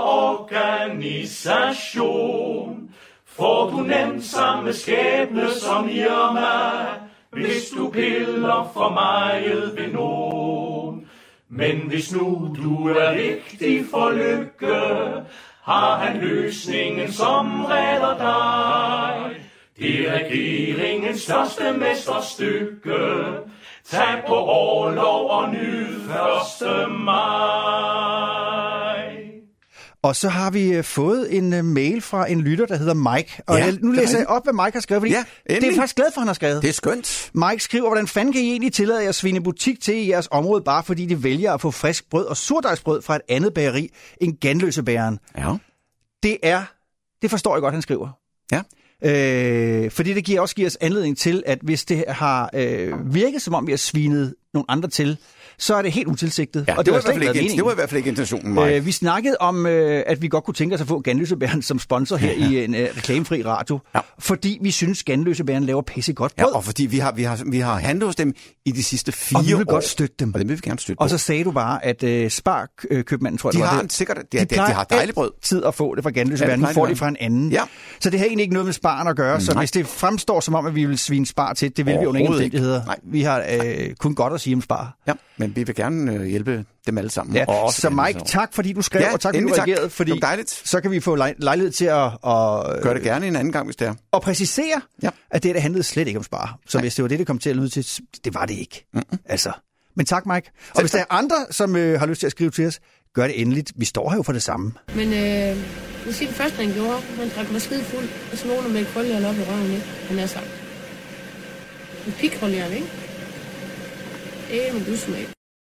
Speaker 9: organisation, får du nemt samme skæbne som Irma, hvis du piller for meget ved nogen. Men hvis nu du er vigtig for lykke, har han løsningen, som redder dig. Det er regeringens største mesterstykke. Tag på orlov og nyd første maj.
Speaker 6: Og så har vi øh, fået en øh, mail fra en lytter, der hedder Mike. Og
Speaker 7: Ja,
Speaker 6: jeg, nu
Speaker 7: det er
Speaker 6: læser jeg
Speaker 7: rigtigt.
Speaker 6: op, hvad Mike har skrevet, fordi
Speaker 7: Ja,
Speaker 6: det er
Speaker 7: endelig.
Speaker 6: jeg faktisk glad for, han har skrevet.
Speaker 7: Det er skønt.
Speaker 6: Mike skriver, hvordan fanden kan I egentlig tillade jer at svine butik til i jeres område, bare fordi de vælger at få frisk brød og surdejsbrød fra et andet bageri end Ganløsebæren?
Speaker 7: Ja.
Speaker 6: Det er, det forstår jeg godt, han skriver.
Speaker 7: Ja.
Speaker 6: Øh, fordi det giver også giver os anledning til, at hvis det har øh, virket, som om vi har svinet nogle andre til, så er det helt utilsigtet.
Speaker 7: Ja,
Speaker 6: og
Speaker 7: det,
Speaker 6: det,
Speaker 7: var
Speaker 6: var
Speaker 7: i hvert fald ikke, det var i hvert fald ikke intentionen, Mike.
Speaker 6: Øh, vi snakkede om, øh, at vi godt kunne tænke os at få Ganløsebæren som sponsor her ja. i en øh, reklamefri radio, ja. fordi vi synes, Ganløsebæren laver pisse godt brød.
Speaker 7: Ja, og fordi vi har, vi, har, vi har handlet hos dem i de sidste fire år.
Speaker 6: Og vi vil godt støtte dem.
Speaker 7: Og det vil vi gerne støtte
Speaker 6: Og
Speaker 7: på.
Speaker 6: så sagde du bare, at øh, Spar-købmanden, tror jeg,
Speaker 7: de
Speaker 6: det var
Speaker 7: har
Speaker 6: det.
Speaker 7: sikkert, de,
Speaker 6: de,
Speaker 7: de, de, de har dejligt brød.
Speaker 6: tid at få det fra Ganløsebæren.
Speaker 7: Ja,
Speaker 6: Nu får de fra en anden.
Speaker 7: Ja.
Speaker 6: Så det har egentlig ikke noget med Sparen at gøre. Så
Speaker 7: Nej.
Speaker 6: hvis det fremstår som om, at vi vil svine Spar til, det vil vi under ingen omstændigheder. Vi har øh, kun godt at sige om Spar.
Speaker 7: Ja, men vi vil gerne øh, hjælpe dem alle sammen.
Speaker 6: Ja.
Speaker 7: Og også
Speaker 6: Så
Speaker 7: dem,
Speaker 6: Mike, tak fordi du skrev,
Speaker 7: ja,
Speaker 6: og tak fordi du reagerede. Fordi
Speaker 7: det var dejligt.
Speaker 6: Så kan vi få lej- lejlighed til at... at
Speaker 7: Gør det gerne en anden gang, hvis det er.
Speaker 6: Og præcisere,
Speaker 7: ja.
Speaker 6: at det der handlede slet ikke om Spar. Så
Speaker 7: Nej.
Speaker 6: hvis det var det, det kom til at lyde til, det var det ikke.
Speaker 7: Mm-mm.
Speaker 6: Altså. Men tak, Mike. Og Selv hvis der er andre, som øh, har lyst til at skrive til os, gør det endeligt. Vi står her jo for det samme.
Speaker 13: Men øh, måske det første, han gjorde, han drak mig skide fuld, og så nogen med krøljer op i røven, ikke? Han er sagt. En pikkrøljer, ikke? Øh, men du smag.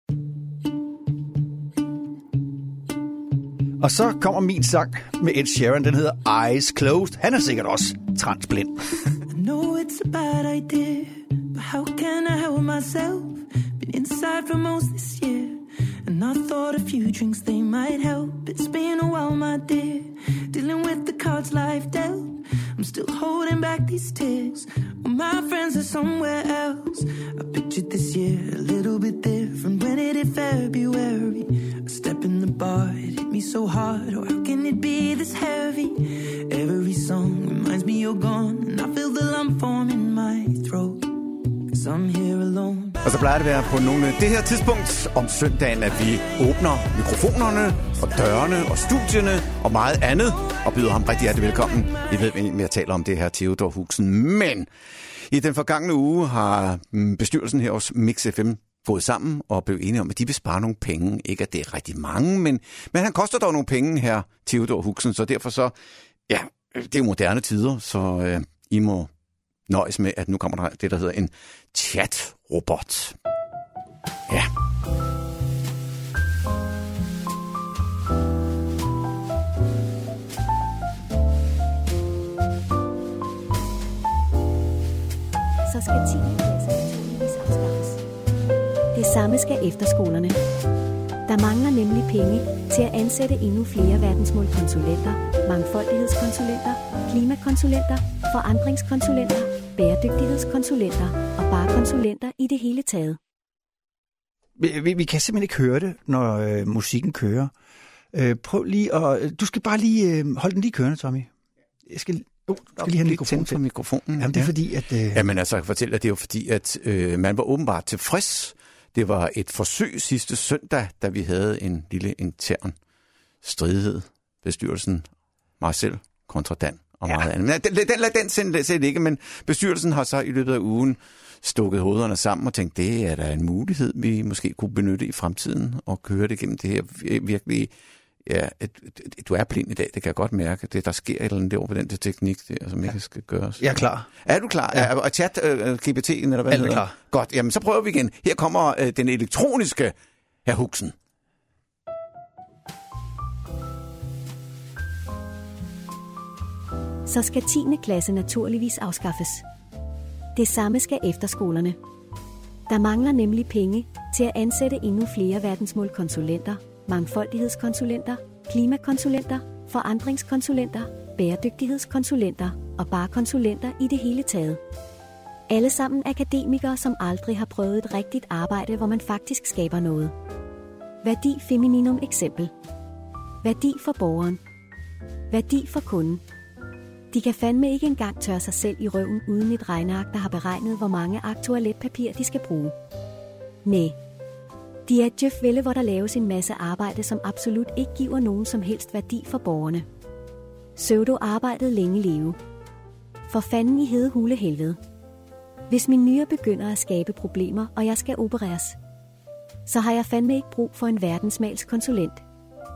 Speaker 6: Og så kommer min sang med Ed Sheeran. Den hedder Eyes Closed. Han er sikkert også transblind.
Speaker 14: I know it's a bad idea, but how can I help myself? Been inside for most this year, and I thought a few drinks they might help. It's been a while, my dear, dealing with the cards life dealt. I'm still holding back these tears, well, my friends are somewhere else. I pictured this year a little bit different when it hit February. A step in the bar, it hit me so hard, or how can it be this heavy? Every song reminds me you're gone, and I feel the lump form in my throat, 'cause I'm here alone.
Speaker 7: Og så plejer det at være på nogle det her tidspunkt om søndagen, at vi åbner mikrofonerne og dørene og studierne og meget andet, og byder ham rigtig hjertelig velkommen. I ved, hvem jeg taler om det her, Theodor Huxen. Men i den forgangne uge har bestyrelsen her hos Mix F M gået sammen og blev enige om, at de vil spare nogle penge. Ikke at det er rigtig mange, men, men han koster dog nogle penge her, Theodor Huxen, så derfor så, ja, det er jo moderne tider, så øh, I må nøjes med, at nu kommer der det, der hedder en chat-robot. Ja.
Speaker 15: Så skal tiende klasse naturligvis afskaffes. Det samme skal efterskolerne. Der mangler nemlig penge til at ansætte endnu flere verdensmålkonsulenter, mangfoldighedskonsulenter, klimakonsulenter, forandringskonsulenter, bæredygtighedskonsulenter og bare konsulenter i det hele taget.
Speaker 6: Vi, vi, vi kan simpelthen ikke høre det, når øh, musikken kører. Øh, prøv lige at... Du skal bare lige... Øh, holde den lige kørende, Tommy. Jeg skal, oh, du skal lige have en mikrofon til.
Speaker 7: mikrofonen.
Speaker 6: Jamen, det er ja. fordi, at... Øh...
Speaker 7: Jamen altså, jeg kan fortælle, at det er jo fordi, at øh, man var åbenbart tilfreds. Det var et forsøg sidste søndag, da vi havde en lille intern stridighed. Bestyrelsen, mig selv kontra Dan og ja. meget andet. Men lad den, lad den sende, sende ikke, men bestyrelsen har så i løbet af ugen stukket hovederne sammen og tænkt, det er da en mulighed, vi måske kunne benytte i fremtiden og køre det gennem det her virkelig... Ja, et, et, du er blind i dag, det kan jeg godt mærke. Det, der sker et eller andet derovre på den der teknik, der, som ikke skal gøres.
Speaker 6: Jeg er klar.
Speaker 7: Er du klar? Ja. Og chat, uh, G P T, eller hvad
Speaker 6: Alt
Speaker 7: hedder?
Speaker 6: klar.
Speaker 7: Godt, jamen så prøver vi igen. Her kommer uh, den elektroniske hr. Huxen.
Speaker 15: Så skal tiende klasse naturligvis afskaffes. Det samme skal efterskolerne. Der mangler nemlig penge til at ansætte endnu flere verdensmålkonsulenter, mangfoldighedskonsulenter, klimakonsulenter, forandringskonsulenter, bæredygtighedskonsulenter og bare konsulenter i det hele taget. Alle sammen akademikere, som aldrig har prøvet et rigtigt arbejde, hvor man faktisk skaber noget. Værdi femininum eksempel. Værdi for borgeren. Værdi for kunden. De kan fandme ikke engang tørre sig selv i røven uden et regneark, der har beregnet, hvor mange ark toiletpapir de skal bruge. Næh. De er et djøfvælde, hvor der laves en masse arbejde, som absolut ikke giver nogen som helst værdi for borgerne. Pseudo-arbejdet længe leve. For fanden i hede hule helvede. Hvis min nyre begynder at skabe problemer, og jeg skal opereres, så har jeg fandme ikke brug for en verdensmals konsulent.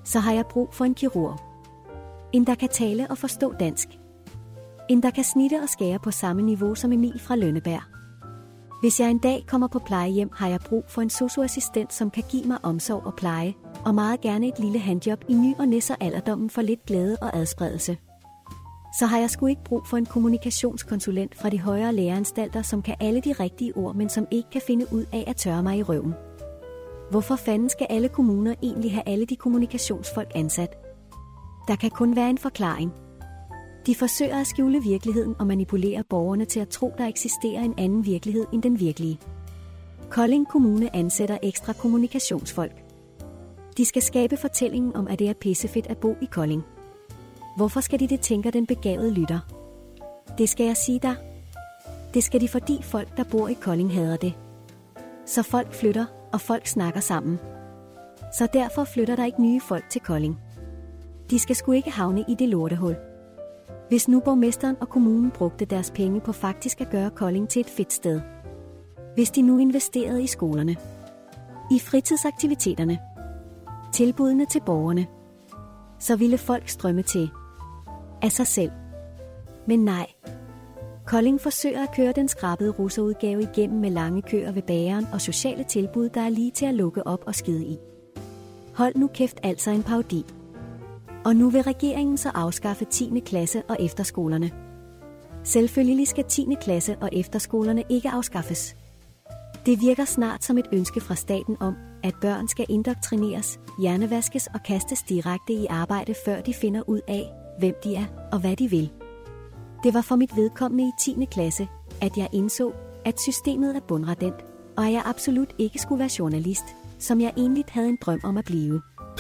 Speaker 15: så har jeg brug for en kirurg. En, der kan tale og forstå dansk. En, der kan snitte og skære på samme niveau som Emil fra Lønneberg. Hvis jeg en dag kommer på plejehjem, har jeg brug for en sosu-assistent, som kan give mig omsorg og pleje, og meget gerne et lille handjob i ny og næ, så alderdommen for lidt glæde og adspredelse. Så har jeg sgu ikke brug for en kommunikationskonsulent fra de højere læreanstalter, som kan alle de rigtige ord, men som ikke kan finde ud af at tørre mig i røven. Hvorfor fanden skal alle kommuner egentlig have alle de kommunikationsfolk ansat? Der kan kun være en forklaring. De forsøger at skjule virkeligheden og manipulere borgerne til at tro, der eksisterer en anden virkelighed end den virkelige. Kolding Kommune ansætter ekstra kommunikationsfolk. De skal skabe fortællingen om, at det er pissefedt at bo i Kolding. Hvorfor skal de det, tænker den begavede lytter? Det skal jeg sige dig. Det skal de, fordi folk, der bor i Kolding, hader det. Så folk flytter, og folk snakker sammen. Så derfor flytter der ikke nye folk til Kolding. De skal sgu ikke havne i det lortehul. Hvis nu borgmesteren og kommunen brugte deres penge på faktisk at gøre Kolding til et fedt sted. Hvis de nu investerede i skolerne. I fritidsaktiviteterne. Tilbudene til borgerne. Så ville folk strømme til. Af sig selv. Men nej. Kolding forsøger at køre den skrabede russerudgave igennem med lange køer ved bageren og sociale tilbud, der er lige til at lukke op og skide i. Hold nu kæft, altså en parodi. Og nu vil regeringen så afskaffe tiende klasse og efterskolerne. Selvfølgelig skal tiende klasse og efterskolerne ikke afskaffes. Det virker snart som et ønske fra staten om, at børn skal indoktrineres, hjernevaskes og kastes direkte i arbejde, før de finder ud af, hvem de er og hvad de vil. Det var for mit vedkommende i tiende klasse, at jeg indså, at systemet er bundredent, og at jeg absolut ikke skulle være journalist, som jeg egentlig havde en drøm om at blive.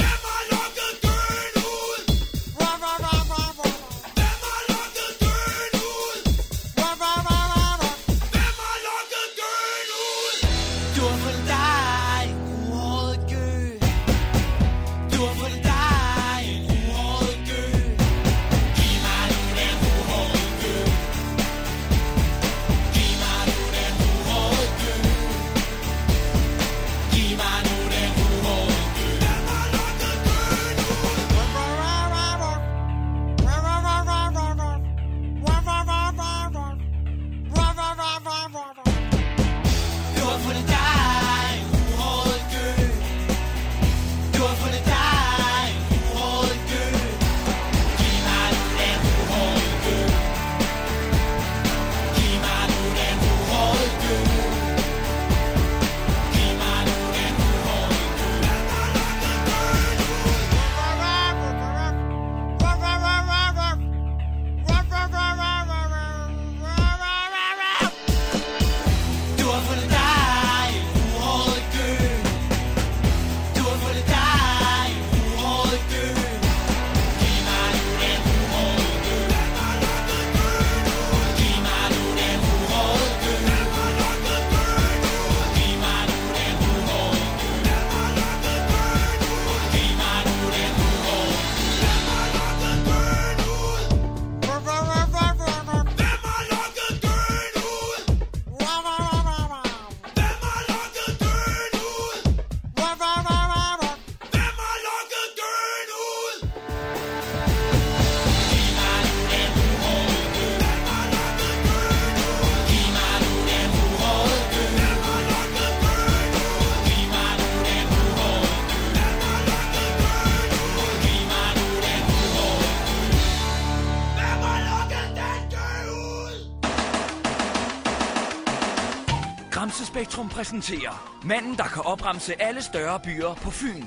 Speaker 16: Spektrum præsenterer manden, der kan opremse alle større byer på Fyn.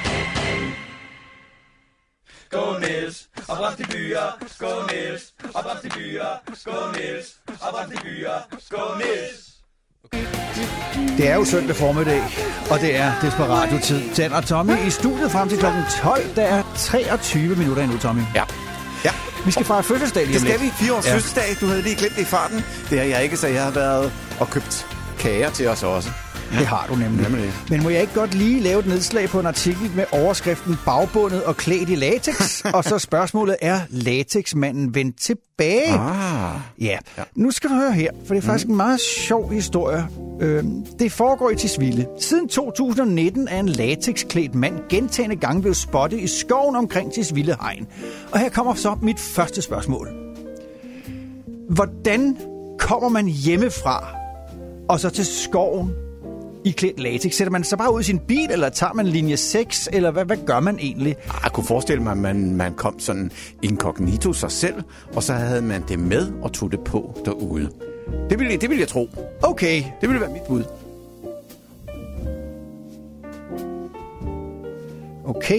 Speaker 17: Skål Niels, oprem de byer. Skål Niels, oprem de byer. Skål Niels, oprem de byer. Skål Niels.
Speaker 6: Det er jo søndag formiddag, og det er Desperatio-tid. Dan og Tommy i studiet frem til klokken tolv. Der er treogtyve minutter endnu, Tommy.
Speaker 7: Ja. Ja.
Speaker 6: Vi skal fejre fødselsdag lige om lidt.
Speaker 7: Det skal vi. Fire års ja. fødselsdag. Du havde lige glemt det i farten. Det har jeg ikke, så jeg har været og købt kager til os også.
Speaker 6: Ja. Det har du nemlig. nemlig. Men må jeg ikke godt lige lave et nedslag på en artikel med overskriften bagbundet og klædt i latex? Og så spørgsmålet, er latexmanden vendt tilbage?
Speaker 7: Ah.
Speaker 6: Ja. ja, nu skal du høre her, for det er faktisk mm. en meget sjov historie Øh, det foregår i Tisvilde. Siden to tusind nitten er en latexklædt mand gentagne gange blevet spottet i skoven omkring Tisvilde Hegn. Og her kommer så mit første spørgsmål. Hvordan kommer man hjemmefra og så til skoven i klædt latex? Sætter man sig bare ud i sin bil, eller tager man linje seks, eller hvad, hvad gør man egentlig?
Speaker 7: Jeg kunne forestille mig, at man, man kom sådan inkognito sig selv, og så havde man det med og tog det på derude. Det vil, det vil jeg tro.
Speaker 6: Okay.
Speaker 7: Det vil være mit bud.
Speaker 6: Okay.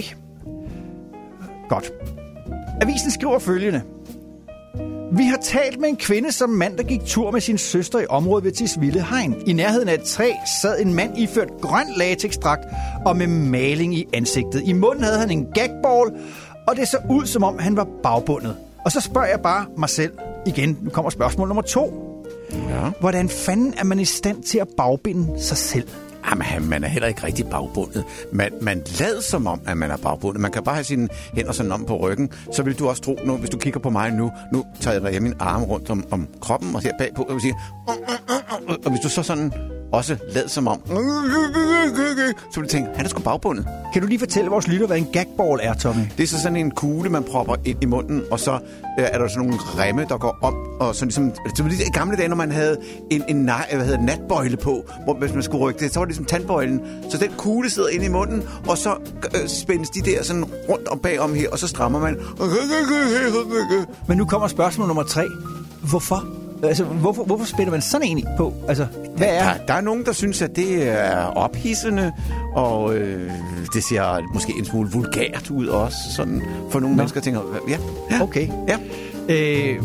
Speaker 6: Godt. Avisen skriver følgende. Vi har talt med en kvinde, som mandag gik tur med sin søster i området ved Tisvilde Hegn. I nærheden af et træ sad en mand iført grøn latexdragt og med maling i ansigtet. I munden havde han en gagball, og det så ud, som om han var bagbundet. Og så spørger jeg bare mig selv igen. Nu kommer spørgsmål nummer to.
Speaker 7: Ja.
Speaker 6: Hvordan fanden er man i stand til at bagbinde sig selv?
Speaker 7: Jamen, man er heller ikke rigtig bagbundet. Man, man lader som om, at man er bagbundet. Man kan bare have sine hænder sådan om på ryggen. Så vil du også tro, nu, hvis du kigger på mig nu, nu tager jeg min arme rundt om, om kroppen og her bagpå, og, siger, og hvis du så sådan også lader som om, så vil du tænke, han er sgu bagbundet.
Speaker 6: Kan du lige fortælle vores lytter, hvad en gagball er, Tommy?
Speaker 7: Det er så sådan en kugle, man propper ind i munden, og så øh, er der sådan nogle remme, der går op, og sådan ligesom, det var lige i gamle dage, når man havde en, en nej, hvad hedder, natbøjle på, hvor hvis man skulle rykke det, så var det ligesom tandbøjlen. Så den kugle sidder inde i munden, og så øh, spændes de der sådan rundt om bagom her, og så strammer man.
Speaker 6: Men nu kommer spørgsmål nummer tre. Hvorfor? Altså, hvorfor, hvorfor spænder man sådan en på? Altså, hvad er?
Speaker 7: Der, der er nogen, der synes, at det er ophidsende, og øh, det ser måske en smule vulgært ud også. Sådan for nogle Nå. mennesker tænker, ja, ja.
Speaker 6: Okay.
Speaker 7: Ja.
Speaker 6: Øh,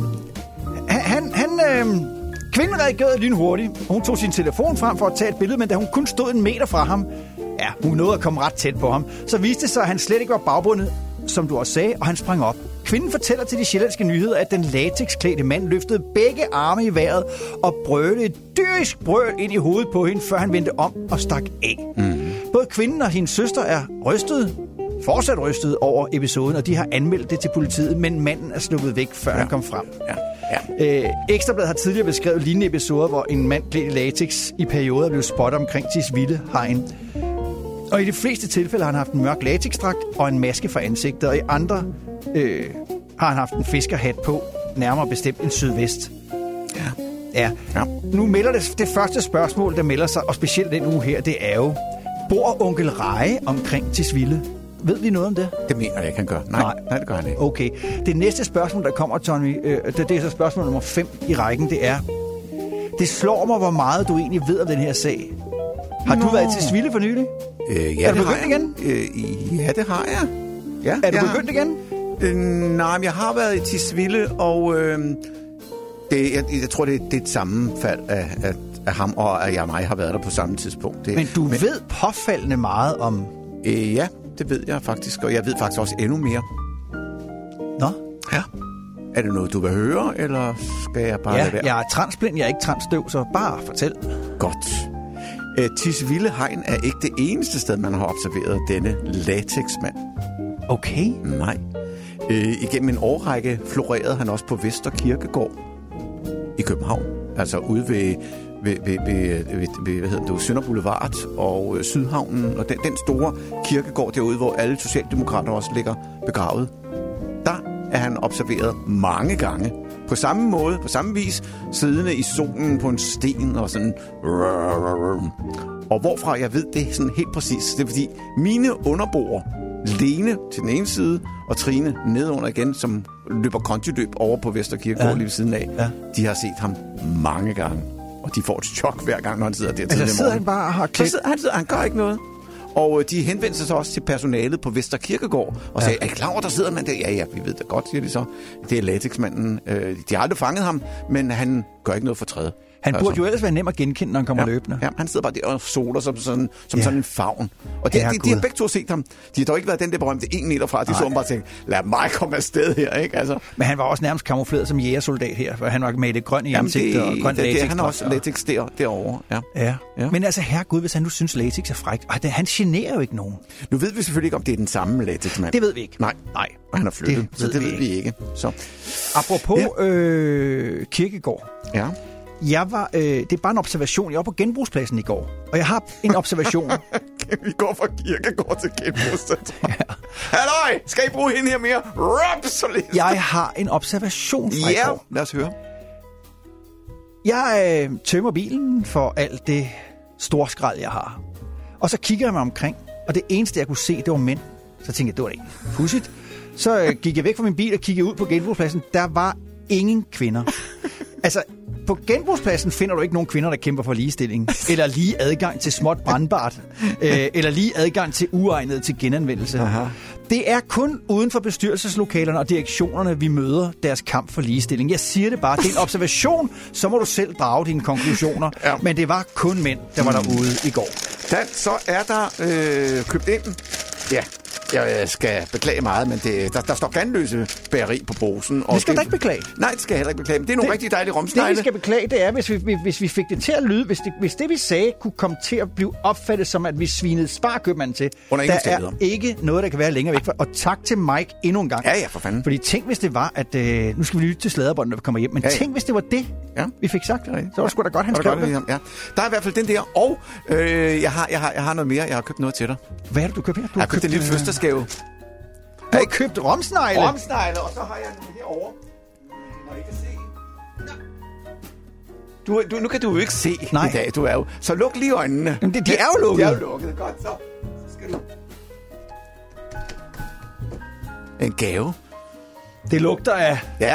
Speaker 6: han, han, øh, kvinden reagerede lynhurtigt. Hun tog sin telefon frem for at tage et billede, men da hun kun stod en meter fra ham, ja, hun nåede at komme ret tæt på ham, så viste det sig, at han slet ikke var bagbundet, som du også sagde, og han sprang op. Kvinden fortæller til de sjællandske nyheder, at den latexklædte mand løftede begge arme i vejret og brølede et dyrisk brøl ind i hovedet på hende, før han vendte om og stak af. Mm. Både kvinden og hendes søster er rystet, fortsat rystet over episoden, og de har anmeldt det til politiet, men manden er sluppet væk, før ja. han kom frem.
Speaker 7: Ja. Ja.
Speaker 6: Øh, Ekstrabladet har tidligere beskrevet lignende episoder, hvor en mand klædt i latex i perioder blev spottet omkring Tisvilde Hegn. Og i de fleste tilfælde har han haft en mørk latexdragt og en maske for ansigtet, og i andre øh, har han haft en fiskerhat på, nærmere bestemt en sydvest.
Speaker 7: Ja.
Speaker 6: Ja.
Speaker 7: ja.
Speaker 6: Nu melder det, det første spørgsmål, der melder sig, og specielt den uge her, det er jo, bor onkel Reje omkring Tisvilde? Ved vi noget om det?
Speaker 7: Det mener jeg ikke, han gør. Nej, nej. nej det gør han ikke.
Speaker 6: Okay. Det næste spørgsmål, der kommer, Tommy, øh, det, det er så spørgsmål nummer fem i rækken, det er, det slår mig, hvor meget du egentlig ved om den her sag. Har Nå. du været til Tisvilde for nylig?
Speaker 7: Øh, ja,
Speaker 6: er du
Speaker 7: det
Speaker 6: begyndt igen?
Speaker 7: Øh, ja, det har jeg. Ja,
Speaker 6: er du
Speaker 7: jeg
Speaker 6: begyndt
Speaker 7: har...
Speaker 6: igen?
Speaker 7: Øh, nej, men jeg har været i Tisvilde, og øh, det, jeg, jeg tror, det, det er et sammenfald af, af, af ham, og at jeg og mig har været der på samme tidspunkt. Det,
Speaker 6: men du men, ved påfaldende meget om...
Speaker 7: Øh, ja, det ved jeg faktisk, og jeg ved faktisk også endnu mere.
Speaker 6: Nå?
Speaker 7: Ja. Er det noget, du vil høre, eller skal jeg bare
Speaker 6: ja,
Speaker 7: lade være?
Speaker 6: Jeg er transblind, jeg er ikke transstøv, så bare fortæl.
Speaker 7: Godt. Øh, Tisvilde Hegn er ikke det eneste sted, man har observeret denne latexmand.
Speaker 6: Okay.
Speaker 7: Nej. Øh, igennem en årrække florerede han også på Vester Kirkegård i København. Altså ude ved, ved, ved, ved, ved, ved hvad hedder det, Sønder Boulevard og øh, Sydhavnen. Og den, den store kirkegård derude, hvor alle socialdemokrater også ligger begravet. Der er han observeret mange gange. På samme måde, på samme vis, siddende i solen på en sten og sådan... Og hvorfra jeg ved det sådan helt præcis, det er fordi mine underboer, Lene til den ene side, og Trine nedunder igen, som løber kontiløb over på Vester Kirkegård ja. lige ved siden af, ja. de har set ham mange gange. Og de får et chok hver gang, når han sidder der til
Speaker 6: altså, sidder han bare og har klædt?
Speaker 7: Han, sidder, han gør ikke noget. Og de henvendte sig så også til personalet på Vester Kirkegård og sagde, ja. er I klar over, der sidder man der? Ja, ja, vi ved det godt, siger de så. Det er latexmanden. De har aldrig fanget ham, men han gør ikke noget for træde.
Speaker 6: Han burde altså. jo ellers være nem at genkende, når han kommer
Speaker 7: ja,
Speaker 6: løbende.
Speaker 7: Ja, han sidder bare der og soler som sådan, som
Speaker 6: ja.
Speaker 7: sådan en favn. Og det, de, de har begge to set ham. De har dog ikke været den der berømte en meter fra. De Ej. så ham bare tænke, lad mig komme afsted her, ikke? Altså.
Speaker 6: Men han var også nærmest kamufleret som jægersoldat her, for han var med det grønne i ansigtet og grøn latex.
Speaker 7: Det, han har også latex der, derovre. Ja.
Speaker 6: Ja. ja. Men altså, herregud, hvis han nu synes, latex er frækt. Ej, han generer jo ikke nogen.
Speaker 7: Nu ved vi selvfølgelig ikke, om det er den samme latexmand.
Speaker 6: Det ved vi ikke.
Speaker 7: Nej, nej. Og han har flyttet, det så det ved vi ikke. Så.
Speaker 6: Apropos ja. øh, Kirkegård.
Speaker 7: Ja.
Speaker 6: Jeg var, øh, det er bare en observation. Jeg var på genbrugspladsen i går, og jeg har en observation.
Speaker 7: Vi går fra kirkegård til genbrugspladsen. Ja. Halløj! Skal I bruge hende her mere? Rapsolis!
Speaker 6: Jeg har en observation fra
Speaker 7: Ja,
Speaker 6: i går.
Speaker 7: lad os høre.
Speaker 6: Jeg øh, tømmer bilen for alt det store skrald, jeg har. Og så kigger jeg mig omkring, og det eneste, jeg kunne se, det var mænd. Så tænkte jeg, det var ikke pudsigt. Så øh, gik jeg væk fra min bil og kiggede ud på genbrugspladsen. Der var ingen kvinder. Altså, på genbrugspladsen finder du ikke nogen kvinder, der kæmper for ligestilling. Eller lige adgang til småt brandbart. øh, eller lige adgang til uegnet til genanvendelse. Aha. Det er kun uden for bestyrelseslokalerne og direktionerne, vi møder deres kamp for ligestilling. Jeg siger det bare, det er en observation, så må du selv drage dine konklusioner. Ja. Men det var kun mænd, der var derude i går.
Speaker 7: Dan, så er der øh, købt ind. Ja, jeg skal beklage meget, men det, der, der står Ganløse bageri på posen.
Speaker 6: Det skal du ikke beklage.
Speaker 7: Nej, det skal jeg heller ikke beklage, men det er nogle det, rigtig dejlige romsnegle.
Speaker 6: Det, vi skal beklage, det er, hvis vi, hvis vi fik det til at lyde, hvis det, hvis det, vi sagde, kunne komme til at blive opfattet som, at vi svinede sparkøbmanden til.
Speaker 7: Under
Speaker 6: der er ikke noget, der kan være længere væk fra. Og tak til Mike endnu en gang.
Speaker 7: Ja, ja, for fanden.
Speaker 6: Fordi tænk, hvis det var, at øh, nu skal vi lytte til sladderbånden, når vi kommer hjem. Men ja, ja. tænk, hvis det var det, ja. vi fik sagt. Så var det sgu da godt, han skrev det.
Speaker 7: Ja. Der er i hvert fald den der, og øh, jeg, har, jeg, har, jeg har noget mere. Jeg har købt noget til dig.
Speaker 6: Hvad er det, du køber her? Du
Speaker 7: jeg har købt, købt en lille øh... fødselsdagsgave.
Speaker 6: Du har købt romsnegle?
Speaker 7: Romsnegle, og så har jeg den herovre. Når I kan se. Du, du, nu kan du jo ikke se Nej. i dag, du er jo. Så luk lige øjnene.
Speaker 6: Jamen, det, de er jo lukket.
Speaker 7: De er jo lukket, godt så. Så skal du. En gave.
Speaker 6: Det lugter af...
Speaker 7: Ja.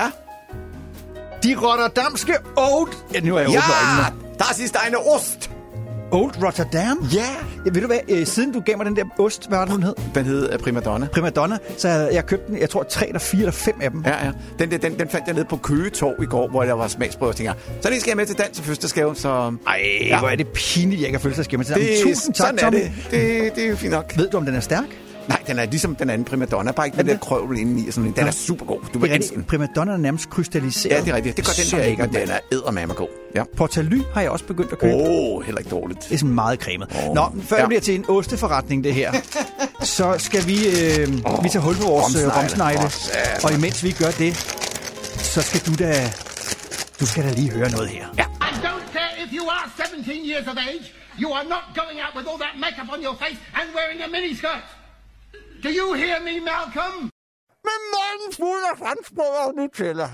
Speaker 6: De rotterdamske Old... Ja, nu er jeg
Speaker 7: ja,
Speaker 6: øjnene.
Speaker 7: Das ist eine Ost.
Speaker 6: Old Rotterdam?
Speaker 7: Ja.
Speaker 6: ja ved du hvad, øh, siden du gav mig den der ost, hvad var det, den hed?
Speaker 7: Den hed uh, Primadonna.
Speaker 6: Primadonna, så havde jeg købt den, jeg tror, tre eller fire eller fem af dem.
Speaker 7: Ja, ja. Den, der, den, den fandt jeg nede på Køge Torv i går, hvor der var smagsprøve, og tænkte, så det skal jeg med til dans og fødselsdagsgave, så...
Speaker 6: Ej, ja. Hvor er det pinligt, jeg ikke har fødselsdagsgave med til
Speaker 7: det.
Speaker 6: Tusind tak,
Speaker 7: sådan er det. det. Det er jo fint nok.
Speaker 6: Ved du, om den er stærk?
Speaker 7: Nej, den er ligesom den anden Primadonna, bare ikke den der krøvel indeni. Sådan, den ja. er super god. Du vil elske den.
Speaker 6: Primadonna er nærmest krystalliseret.
Speaker 7: Ja, det er rigtigt. Det gør den der ikke, men den er eddermame god. Ja.
Speaker 6: Portaly har jeg også begyndt at købe.
Speaker 7: Åh, oh, heller ikke dårligt.
Speaker 6: Det er sådan meget cremet. Oh. Nå, før ja. det bliver til en osteforretning, det her, så skal vi, øh, oh. vi tage hul på vores romsnegle. Oh, og imens vi gør det, så skal du da, du skal da lige høre noget her.
Speaker 7: Ja.
Speaker 18: I don't care if you are seventeen years of age. You are not going out with all that makeup on your face and wearing a miniskirt. Do you hear me, Malcolm?
Speaker 6: Men morgen fuld af franskbrød og Nutella.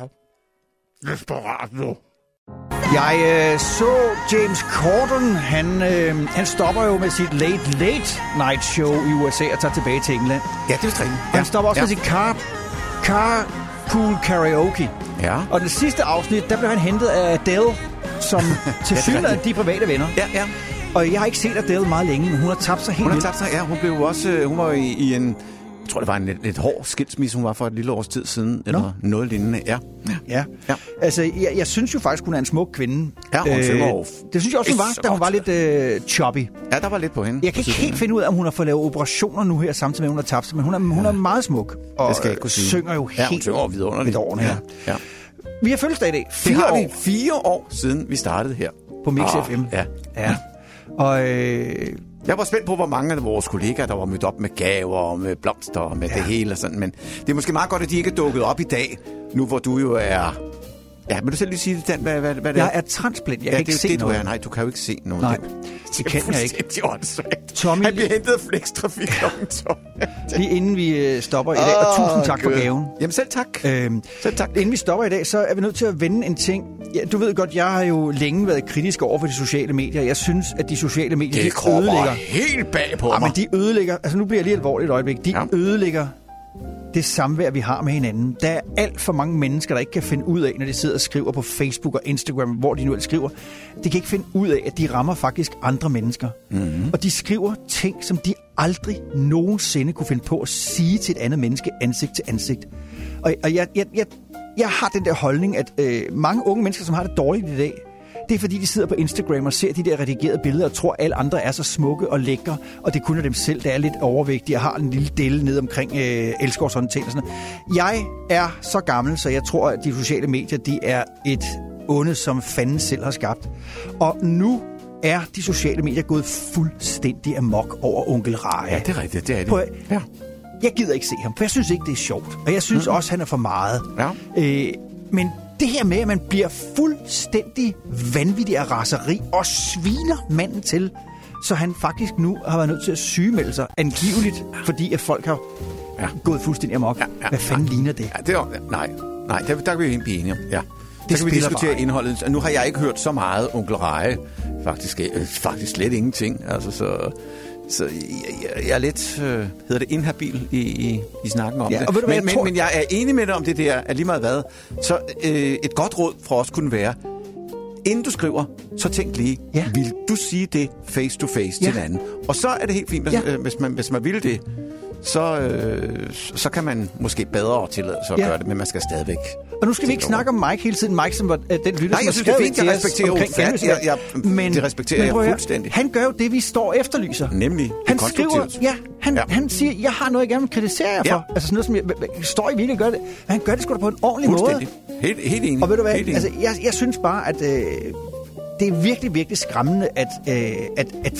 Speaker 6: Desperat nu. Jeg øh, så James Corden, han, øh, han stopper jo med sit Late Late Night Show i U S A og tager tilbage til England.
Speaker 7: Ja, det er strengt.
Speaker 6: Ja. Han stopper også ja. med sit car, Carpool Karaoke.
Speaker 7: Ja.
Speaker 6: Og det sidste afsnit, der blev han hentet af Adele, som til synligheden ja, de private venner.
Speaker 7: Ja, ja.
Speaker 6: Og jeg har ikke set Adele meget længe, men hun har tabt sig helt
Speaker 7: Hun har tabt sig, ja. Hun blev også, hun var i, i en, jeg tror det var en lidt, lidt hård skilsmisse, hun var for et lille års tid siden, eller no. noget lignende, ja.
Speaker 6: Ja, ja. Altså, jeg, jeg synes jo faktisk, hun er en smuk kvinde.
Speaker 7: Ja, hun synger øh,
Speaker 6: det synes jeg også, hun var, da hun var lidt øh, choppy.
Speaker 7: Ja, der var lidt på hende.
Speaker 6: Jeg kan ikke helt finde ud af, om hun har fået lavet operationer nu her, samtidig med, at hun har tabt sig, men hun er, hun er meget smuk. Og
Speaker 7: det skal jeg ikke kunne sige.
Speaker 6: Synger jo
Speaker 7: ja,
Speaker 6: helt
Speaker 7: synger vidunderligt.
Speaker 6: Årene her.
Speaker 7: Ja. Ja.
Speaker 6: Vi har fødselsdag i dag.
Speaker 7: Fire det har år. vi fire år siden, vi startede her.
Speaker 6: På Mix
Speaker 7: oh,
Speaker 6: F M.
Speaker 7: Ja.
Speaker 6: Ja. Og øh,
Speaker 7: jeg var spændt på, hvor mange af vores kollegaer, der var mødt op med gaver og med blomster og med ja. det hele og sådan. Men det er måske meget godt, at de ikke er dukket op i dag, nu hvor du jo er... Ja, vil du selv lige sige det, Dan, hvad, hvad, hvad det
Speaker 6: er? Jeg er transblind, jeg
Speaker 7: ja,
Speaker 6: kan ikke
Speaker 7: det,
Speaker 6: se
Speaker 7: det,
Speaker 6: noget.
Speaker 7: Du er. Nej, du kan jo ikke se noget.
Speaker 6: Nej,
Speaker 7: det,
Speaker 6: det kan jeg ikke.
Speaker 7: Det er åndssvagt.
Speaker 6: Tommy,
Speaker 7: han bliver hentet af flekstrafik klokken tolv.
Speaker 6: Lige inden vi stopper i dag, og oh, tusind tak God. for gaven.
Speaker 7: Jamen selv tak.
Speaker 6: Øhm,
Speaker 7: selv tak.
Speaker 6: Inden vi stopper i dag, så er vi nødt til at vende en ting. Ja, du ved godt, jeg har jo længe været kritisk over for de sociale medier. Jeg synes, at de sociale medier,
Speaker 7: det
Speaker 6: de ødelægger...
Speaker 7: helt bag på
Speaker 6: ja,
Speaker 7: mig.
Speaker 6: men de ødelægger... Altså nu bliver jeg lige alvorligt et øjeblik. De ja. ødelægger det samvær, vi har med hinanden. Der er alt for mange mennesker, der ikke kan finde ud af, når de sidder og skriver på Facebook og Instagram, hvor de nu ellers skriver. De kan ikke finde ud af, at de rammer faktisk andre mennesker. Mm-hmm. Og de skriver ting, som de aldrig nogensinde kunne finde på at sige til et andet menneske ansigt til ansigt. Og, og jeg, jeg, jeg, jeg har den der holdning, at øh, mange unge mennesker, som har det dårligt i dag, det er fordi, de sidder på Instagram og ser de der redigerede billeder og tror, at alle andre er så smukke og lækre, og det kun er dem selv, der er lidt overvægtige og har en lille delle ned omkring øh, elsker og sådan ting. Og sådan noget. Jeg er så gammel, så jeg tror, at de sociale medier, de er et onde, som fanden selv har skabt. Og nu er de sociale medier gået fuldstændig amok over onkel Raja.
Speaker 7: Ja, det er rigtigt, det er det.
Speaker 6: På,
Speaker 7: ja.
Speaker 6: Jeg gider ikke se ham, for jeg synes ikke, det er sjovt. Og jeg synes mm. også, han er for meget.
Speaker 7: Ja.
Speaker 6: Øh, men det her med, at man bliver fuldstændig vanvittig af raseri og sviner manden til, så han faktisk nu har været nødt til at sygemelde sig angiveligt, fordi at folk har ja. gået fuldstændig amok. Ja, ja, Hvad fanden ja. ligner det?
Speaker 7: Ja, det er, nej, nej, der, der kan vi jo blive enige om. Ja. Det kan vi diskutere bare indholdet. Nu har jeg ikke hørt så meget Onkel Reje. Faktisk, øh, faktisk slet ingenting. Altså, så, så jeg, jeg er lidt, øh, hedder det, inhabil i, i, i snakken om ja, det. Men, hvad, men, tror... men jeg er enig med dig om det der, at lige meget hvad. Så øh, et godt råd fra os kunne være, inden du skriver, så tænk lige, ja. vil du sige det face to face ja. til den anden? Og så er det helt fint, hvis, ja. øh, hvis, man, hvis man vil det. Så, øh, så kan man måske bedre tillade sig at ja. gøre det, men man skal stadigvæk...
Speaker 6: Og nu skal vi ikke snakke om Mike hele tiden. Mike, som var øh, den lytter,
Speaker 7: Nej, jeg synes, det er fint, jeg respekterer
Speaker 6: omkring
Speaker 7: jeg, jeg, jeg, men, det respekterer men, jeg fuldstændig.
Speaker 6: Han gør jo det, vi står efterlyser.
Speaker 7: Nemlig
Speaker 6: han skriver, ja, han, ja. han siger, jeg har noget, jeg gerne vil kritisere jer ja. for. Altså sådan noget, som jeg, står I virkelig gør det. Men han gør det sgu da på en ordentlig måde.
Speaker 7: Helt, helt enig.
Speaker 6: Og ved du hvad, altså, jeg, jeg synes bare, at øh, det er virkelig, virkelig skræmmende, at, øh, at, at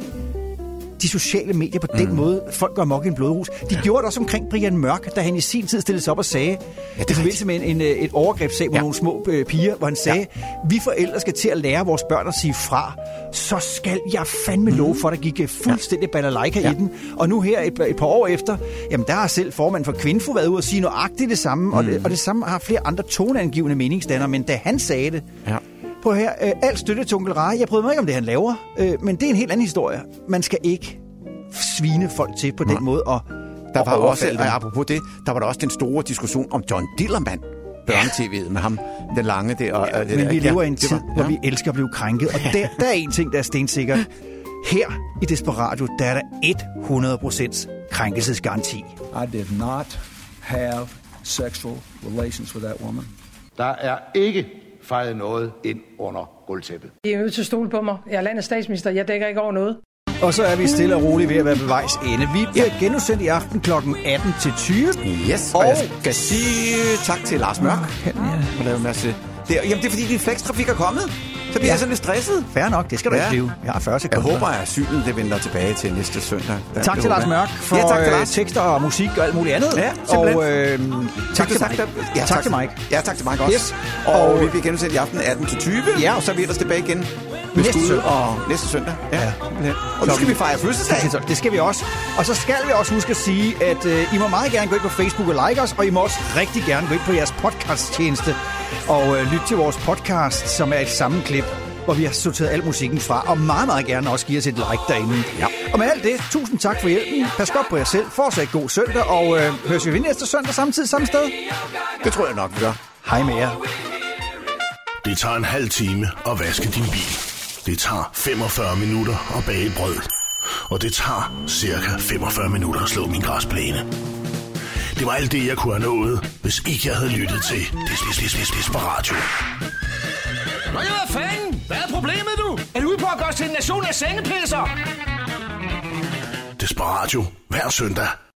Speaker 6: de sociale medier på den mm. måde, folk går amok i en blodrus. De ja. gjorde det også omkring Brian Mørk, da han i sin tid stillede sig op og sagde, ja, det er forbindelse med en, en, et overgrebssag mod ja. nogle små øh, piger, hvor han sagde, ja. vi forældre skal til at lære vores børn at sige fra, så skal jeg fandme mm. love for, der gik fuldstændig balalaika ja. i den. Og nu her, et, et par år efter, jamen der har selv formanden for Kvinfo været ude og sige nøjagtigt det samme, mm. og, det, og det samme har flere andre toneangivende meningsdannere, men da han sagde det, ja. på her, øh, alt støtte til Onkel Reje. Jeg bryder mig ikke om det, han laver, øh, men det er en helt anden historie. Man skal ikke svine folk til på den ja. måde. Og,
Speaker 7: der var og også, og apropos det, der var der også den store diskussion om John Dillermand, børne-tv'et med ham, den lange der. Og,
Speaker 6: ja,
Speaker 7: det
Speaker 6: men
Speaker 7: der.
Speaker 6: vi lever i en tid,
Speaker 7: var, ja.
Speaker 6: hvor vi elsker at blive krænket, og der, der er en ting, der er stensikker. Her i Desperatio, der er der hundrede procent krænkelsesgaranti.
Speaker 19: I did not have sexual relations with that woman.
Speaker 18: Der er ikke fejret noget ind under gulvtæppet.
Speaker 12: I er nødt til at stole på mig. Jeg er landets statsminister. Jeg dækker ikke over noget.
Speaker 6: Og så er vi stille og roligt ved at være ved vejs ende. Vi bliver ja. genudsendt i aften klokken atten til tyve.
Speaker 7: Yes, og, og jeg skal sige tak til Lars Mørk. Ja. Og lave en masse... Det er, jamen, det er fordi, din flextrafik er kommet. Så bliver ja. jeg sådan lidt stresset.
Speaker 6: Fair nok, det skal du ja. ikke blive. Jeg har fyrre sekunder.
Speaker 7: Jeg håber, at asylen det vender tilbage til næste søndag.
Speaker 6: Der, tak til Lars Mørk for ja, tak til Lars. tekster og musik og alt muligt andet.
Speaker 7: Ja,
Speaker 6: og øh, tak til Mike. Ja, tak, tak til Mike.
Speaker 7: Ja, tak til Mike også. Yes. Og, og vi bliver genudsendt i aften atten til tyve. Ja, og så er vi ellers tilbage igen næste søndag. Og næste søndag. Ja. ja. Og nu skal vi fejre fødselsdag.
Speaker 6: Det skal vi også. Og så skal vi også huske at sige, at øh, I må meget gerne gå ind på Facebook og like os, og I må også rigtig gerne gå ind på jeres podcasttjeneste og øh, lytte til vores podcast, som er et sammenklip, hvor vi har sorteret al musikken fra, og meget, meget gerne også give os et like derinde. Ja. Og med alt det, tusind tak for hjælpen. Pas godt på jer selv. Fortsat god søndag, og øh, høres vi ved næste søndag samtidig samme sted?
Speaker 7: Det tror jeg nok, vi gør.
Speaker 6: Hej med jer.
Speaker 2: Det tager en halv time at vaske din bil. Det tager femogfyrre minutter at bage brød. Og det tager cirka femogfyrre minutter at slå min græsplæne. Det var alt det, jeg kunne have nået, hvis ikke jeg havde lyttet til Desperatio.
Speaker 3: Nå ja, hvad fanden? Hvad er problemet, du? Er du ude på at gøre os til en nation af sengepisser?
Speaker 2: Desperatio hver søndag